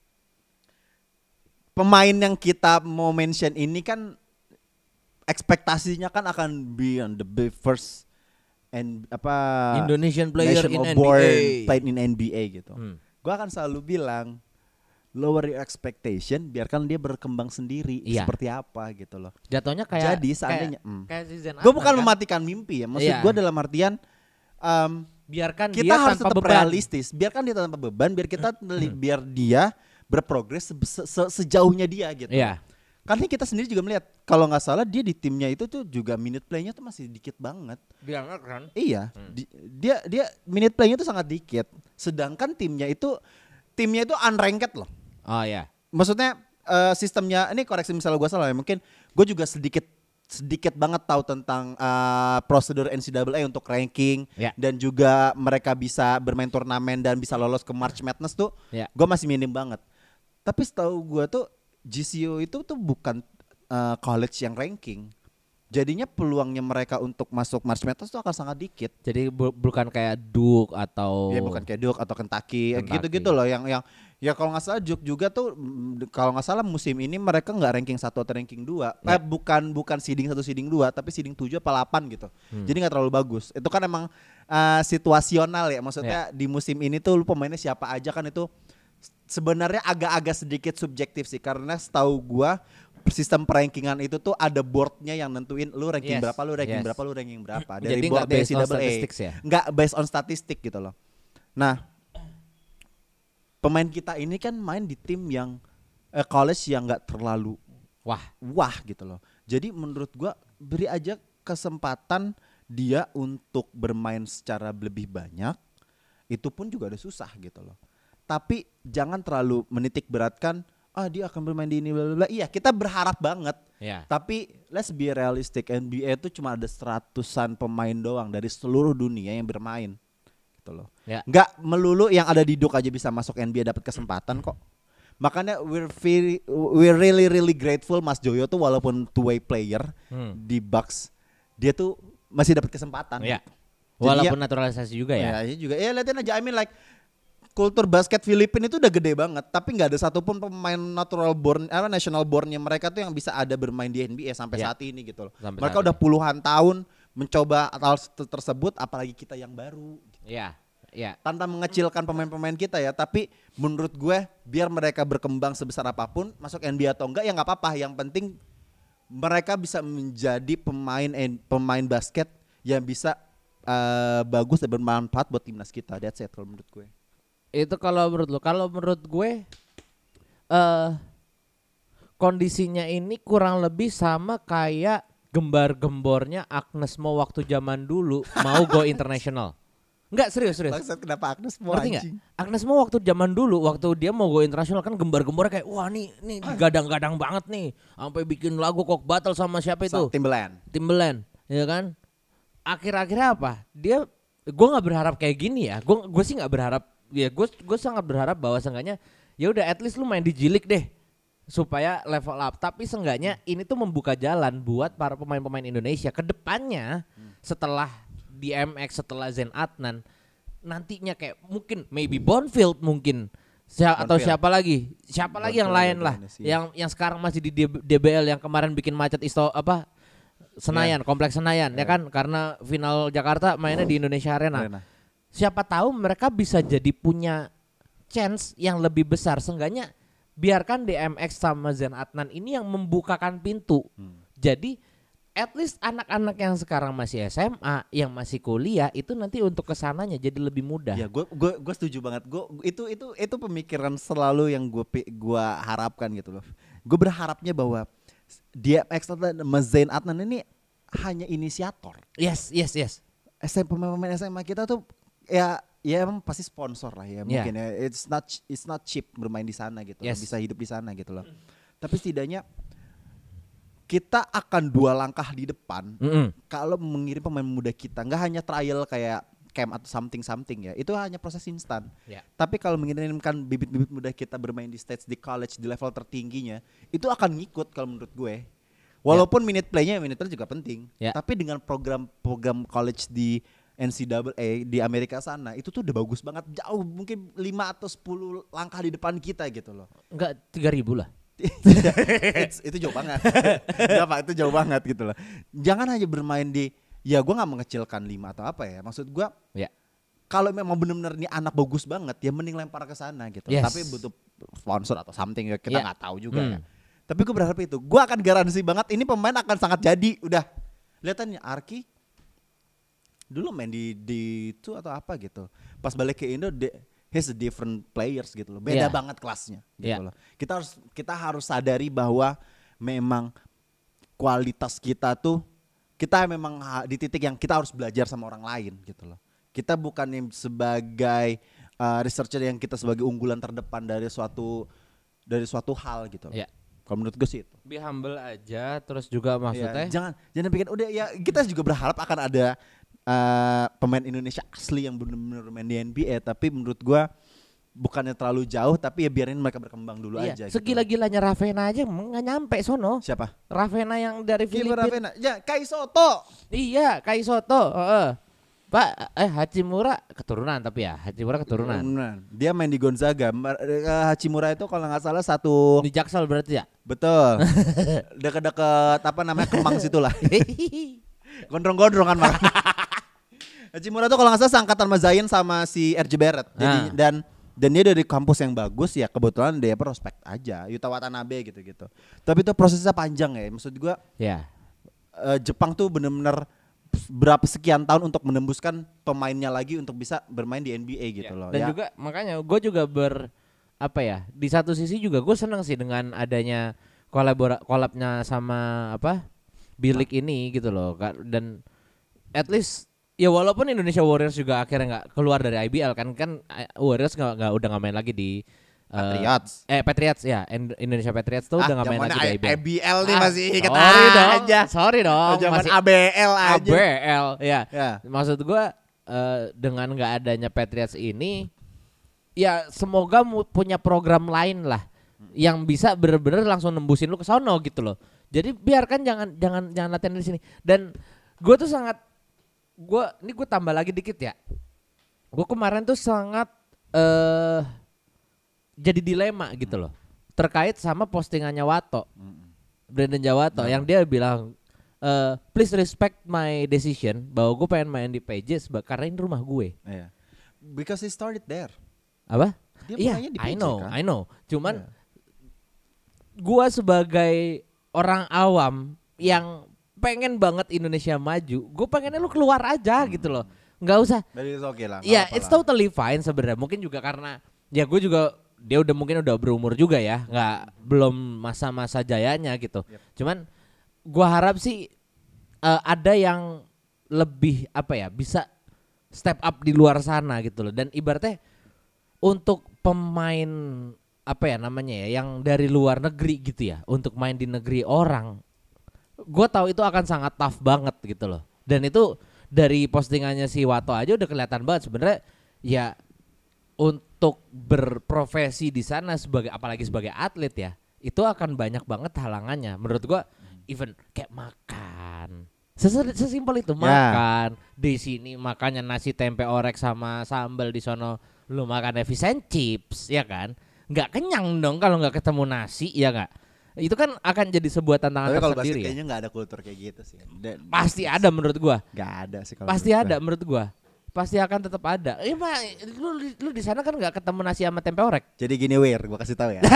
Pemain yang kita mau mention ini kan ekspektasinya kan akan be on the first and Indonesian player in NBA. NBA Played in NBA gitu. Gua akan selalu bilang lower your expectation, biarkan dia berkembang sendiri seperti apa gitu loh. Jatuhnya kayak jadi seandainya kayak si Zen gue bukan kan? mematikan mimpi ya, maksud gue dalam artian biarkan kita dia harus tanpa tetap beban. realistis, biarkan dia tanpa beban, biar kita biar dia berprogres sejauhnya dia gitu. Iya. Karena kita sendiri juga melihat kalau nggak salah dia di timnya itu tuh juga minute play-nya tuh masih dikit banget. Biar kan? Iya, dia minute play-nya tuh sangat dikit. Sedangkan timnya itu unranked loh. Oh ya. Maksudnya sistemnya ini koreksi misalnya gue salah ya, mungkin gue juga sedikit banget tahu tentang prosedur NCAA untuk ranking dan juga mereka bisa bermain turnamen dan bisa lolos ke March Madness tuh gue masih minim banget. Tapi setahu gue tuh GCU itu tuh bukan college yang ranking. Jadinya peluangnya mereka untuk masuk March Madness tuh akan sangat dikit. Jadi bukan kayak Duke atau ya bukan kayak Duke atau Kentucky. Gitu-gitu loh yang ya kalau nggak salah Duke juga tuh kalau nggak salah musim ini mereka nggak ranking 1 atau ranking 2. Bukan seeding 1 seeding 2 tapi seeding 7 apa 8 gitu. Jadi nggak terlalu bagus. Itu kan emang situasional ya. Maksudnya di musim ini tuh lu pemainnya siapa aja kan itu sebenarnya agak-agak sedikit subjektif sih, karena setahu gua sistem perankingan itu tuh ada boardnya yang nentuin lu ranking berapa, lu ranking berapa, lu ranking berapa dari jadi board based on NCAA. statistics ya? Nggak based on statistik gitu loh. Nah, pemain kita ini kan main di tim yang college yang nggak terlalu wah gitu loh. Jadi menurut gua beri aja kesempatan dia untuk bermain secara lebih banyak. Itu pun juga udah susah gitu loh. Tapi jangan terlalu menitik beratkan dia akan bermain di ini bla bla bla. Iya, kita berharap banget. Tapi let's be realistic, NBA itu cuma ada 100-an pemain doang dari seluruh dunia yang bermain. Gitu loh. Nggak melulu yang ada di Duke aja bisa masuk NBA dapat kesempatan kok. Makanya we're really grateful Mas Joyo tuh walaupun two-way player di Bucks, dia tuh masih dapat kesempatan. Gitu. Walaupun naturalisasi juga ya. Iya juga. Ya liatin aja, I mean like kultur basket Filipina itu udah gede banget, tapi nggak ada satupun pemain national bornnya mereka tuh yang bisa ada bermain di NBA sampai saat ini gitu loh. Mereka udah puluhan tahun mencoba hal tersebut, apalagi kita yang baru. Iya. Tanpa mengecilkan pemain-pemain kita ya, tapi menurut gue biar mereka berkembang sebesar apapun, masuk NBA atau enggak ya nggak apa-apa. Yang penting mereka bisa menjadi pemain basket yang bisa bagus dan bermanfaat buat timnas kita. That's it kalau menurut gue. Itu kalau menurut lo. Kalau menurut gue kondisinya ini kurang lebih sama kayak gembar-gembornya Agnes Mo waktu zaman dulu mau go international. Enggak, serius. Maksud kenapa Agnes Mo? Ngerti enggak? Agnes Mo waktu zaman dulu waktu dia mau go international kan gembar-gembornya kayak wah nih gadang-gadang banget nih. Sampai bikin lagu Coke Battle sama siapa itu? Timbaland, ya kan? Akhir-akhirnya apa? Gue nggak berharap kayak gini ya. Gue sih nggak berharap. Ya gue sangat berharap bahwa seenggaknya ya udah at least lu main di G-League deh supaya level up. Tapi seenggaknya ini tuh membuka jalan buat para pemain-pemain Indonesia ke depannya setelah DMX, setelah Zen Adnan nantinya kayak mungkin maybe Bonfield mungkin atau siapa lagi yang lain lah yang sekarang masih di DBL yang kemarin bikin macet Senayan, Kompleks Senayan ya kan, karena final Jakarta mainnya di Indonesia Arena. Siapa tahu mereka bisa jadi punya chance yang lebih besar. Seenggaknya biarkan DMX sama Zen Adnan ini yang membukakan pintu. Jadi at least anak-anak yang sekarang masih SMA, yang masih kuliah itu nanti untuk kesananya jadi lebih mudah. Ya, gue setuju banget. Itu pemikiran selalu yang gue harapkan gitu loh. Gue berharapnya bahwa DMX sama Zen Adnan ini hanya inisiator. Yes. Pemain SMA kita tuh ya emang pasti sponsor lah ya mungkin ya. It's not cheap bermain di sana gitu, bisa hidup di sana gitu loh. Tapi setidaknya kita akan 2 langkah di depan kalau mengirim pemain muda kita. Nggak hanya trial kayak camp atau something ya, itu hanya proses instan. Tapi kalau mengirimkan bibit-bibit muda kita bermain di stage, di college, di level tertingginya, itu akan ngikut kalau menurut gue. Walaupun minute play juga penting, tapi dengan program college di NCAA di Amerika sana itu tuh udah bagus banget, jauh mungkin 5 atau 10 langkah di depan kita gitu loh. Enggak 3.000 lah. Itu jauh banget. Ya Pak, itu jauh banget gitu loh. Jangan hanya bermain di, ya gue nggak mengecilkan 5 atau apa ya, maksud gue kalau memang benar-benar nih anak bagus banget ya mending lempar ke sana gitu. Yes. Tapi butuh sponsor atau something ya kita nggak tahu juga ya. Tapi gue berharap itu. Gue akan garansi banget ini pemain akan sangat jadi. Udah lihatannya Arki dulu main di itu atau apa gitu. Pas balik ke Indo he's a different players gitu loh. Beda banget kelasnya gitu loh. Kita harus sadari bahwa memang kualitas kita tuh kita memang di titik yang kita harus belajar sama orang lain gitu loh. Kita bukan yang sebagai researcher yang kita sebagai unggulan terdepan dari suatu hal gitu loh. Kalau menurut gue sih itu. Be humble aja, terus juga maksudnya jangan pikir udah ya kita juga berharap akan ada pemain Indonesia asli yang benar-benar main di NBA, tapi menurut gua bukannya terlalu jauh, tapi ya biarin mereka berkembang dulu aja. Segila-gilanya Ravenna aja nggak nyampe sono. Siapa? Ravenna yang dari Filipina. Ya Kai Soto. Iya, Kai Soto. Pak, Hachimura keturunan tapi ya Hachimura keturunan. Dia main di Gonzaga. Hachimura itu kalau nggak salah satu di Jaksel berarti ya. Betul. Dekat-dekat apa namanya Kemang situlah. Gondrong-gondrong kan malah. Hachimura tuh kalau nggak salah seangkatan sama Zion sama si RJ Barrett. Jadi dan dia dari kampus yang bagus ya kebetulan dia prospek aja. Yuta Watanabe gitu-gitu. Tapi itu prosesnya panjang ya. Maksud gua. Ya. Jepang tuh bener-bener berapa sekian tahun untuk menembuskan pemainnya lagi untuk bisa bermain di NBA gitu loh. Dan juga makanya gue juga di satu sisi juga gue seneng sih dengan adanya kolabnya sama Bilik ini gitu loh. Dan at least ya walaupun Indonesia Warriors juga akhirnya nggak keluar dari IBL kan Warriors udah nggak main lagi di Patriots ya, Indonesia Patriots tuh udah nggak main lagi di IBL. IBL nih masih inget aja. Sorry dong. Zaman ABL aja. ABL ya. Maksud gue dengan nggak adanya Patriots ini, ya semoga punya program lain lah yang bisa bener-bener langsung nembusin lu ke sono gitu loh. Jadi biarkan jangan latihan di sini. Dan gue tuh gue tambah lagi dikit ya. Gue kemarin tuh sangat jadi dilema gitu loh terkait sama postingannya Wato, Brandon Jawato yang dia bilang please respect my decision bahwa gue pengen main di PJ karena ini rumah gue. Because he started there. Apa? Dia di PJ, I know. Cuman gue sebagai orang awam yang pengen banget Indonesia maju, gue pengennya lu keluar aja gitu loh, nggak usah. Dari itu oke lah. Ya it's totally fine sebenarnya. Mungkin juga karena ya gue juga dia mungkin udah berumur juga ya, belum masa-masa jayanya gitu. Cuman gua harap sih ada yang lebih bisa step up di luar sana gitu loh. Dan ibaratnya untuk pemain yang dari luar negeri gitu ya, untuk main di negeri orang, gua tahu itu akan sangat tough banget gitu loh. Dan itu dari postingannya si Wato aja udah kelihatan banget sebenarnya ya. Untuk berprofesi di sana apalagi sebagai atlet ya, itu akan banyak banget halangannya. Menurut gua even kayak makan. Sesimpel itu makan. Di sini makannya nasi tempe orek sama sambal, di sono lu makan fish and chips ya kan? Nggak kenyang dong kalau nggak ketemu nasi ya nggak? Itu kan akan jadi sebuah tantangan tersendiri. Tapi kalau basket kayaknya nggak ada kultur kayak gitu sih. Pasti ada menurut gua. Nggak ada sih kalau. Pasti ada menurut gua. Pasti akan tetap ada. Lu di sana kan nggak ketemu nasi sama tempe orek. Jadi gini gua kasih tahu ya.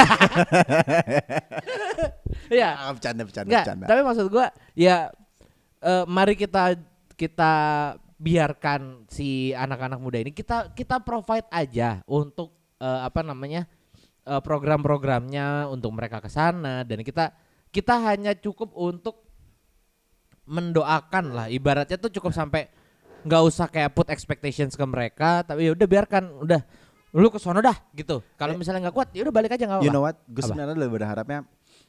Iya. Bercanda. Tapi maksud gua ya mari kita biarkan si anak-anak muda ini kita provide aja untuk program-programnya untuk mereka ke sana, dan kita hanya cukup untuk mendoakan lah, ibaratnya tuh cukup sampai nggak usah kayak put expectations ke mereka, tapi ya udah biarkan, udah lu ke sono dah gitu. Kalau misalnya nggak kuat ya udah balik aja, nggak apa-apa. You know what? Gue sebenarnya lebih berharapnya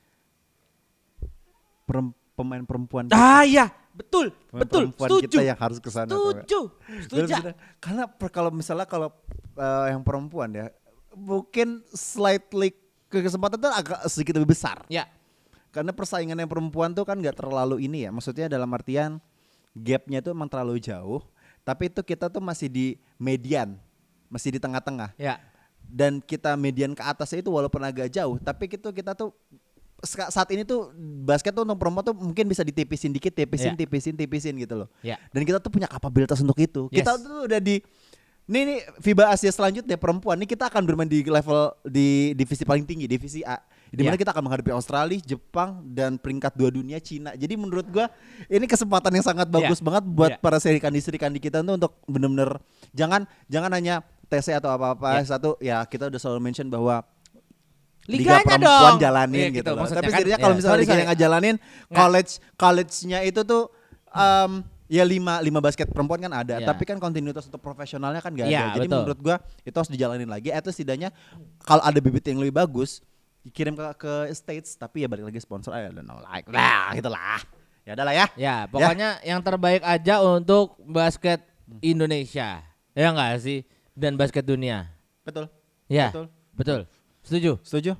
pemain perempuan. Iya, betul. Setuju. Kita yang harus ke sana. Setuju. Karena kalau misalnya yang perempuan ya, mungkin slightly kesempatan itu agak sedikit lebih besar. Ya. Karena persaingan yang perempuan tuh kan nggak terlalu ini ya. Maksudnya dalam artian gapnya tuh emang terlalu jauh, tapi itu kita tuh masih di median, masih di tengah-tengah. Ya. Dan kita median ke atasnya itu walaupun agak jauh, tapi kita tuh saat ini tuh basket tuh untuk perempuan tuh mungkin bisa ditipisin dikit, tipisin gitu loh. Ya. Dan kita tuh punya kapabilitas untuk itu. Yes. Kita tuh udah Nih FIBA Asia selanjutnya perempuan nih kita akan bermain di level di divisi paling tinggi, divisi A. Di mana kita akan menghadapi Australia, Jepang dan peringkat 2 dunia Cina. Jadi menurut gua ini kesempatan yang sangat bagus banget buat para serikandi kita tuh untuk benar-benar jangan hanya TC atau apa-apa. Satu ya kita udah selalu mention bahwa Liga perempuan jalanin gitu loh. Tapi setidaknya kalau misalnya Liga yang ngejalanin college-nya itu tuh ya 5 basket perempuan kan ada, tapi kan kontinuitas untuk profesionalnya kan gak ada. Jadi menurut gua itu harus dijalanin lagi. Atau setidaknya kalau ada bibit yang lebih bagus dikirim ke States, tapi ya balik lagi sponsor I don't know like lah gitulah. Ya udahlah ya. Ya, pokoknya yang terbaik aja untuk basket Indonesia. Ya enggak sih? Dan basket dunia. Betul. Ya. Betul. Setuju? Setuju.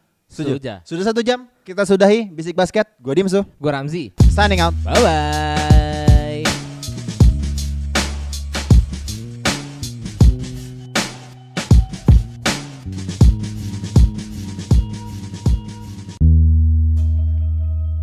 Sudah 1 jam kita sudahi Bisik Basket. Gua Dimsu. Gua Ramzi. Signing out. Bye bye.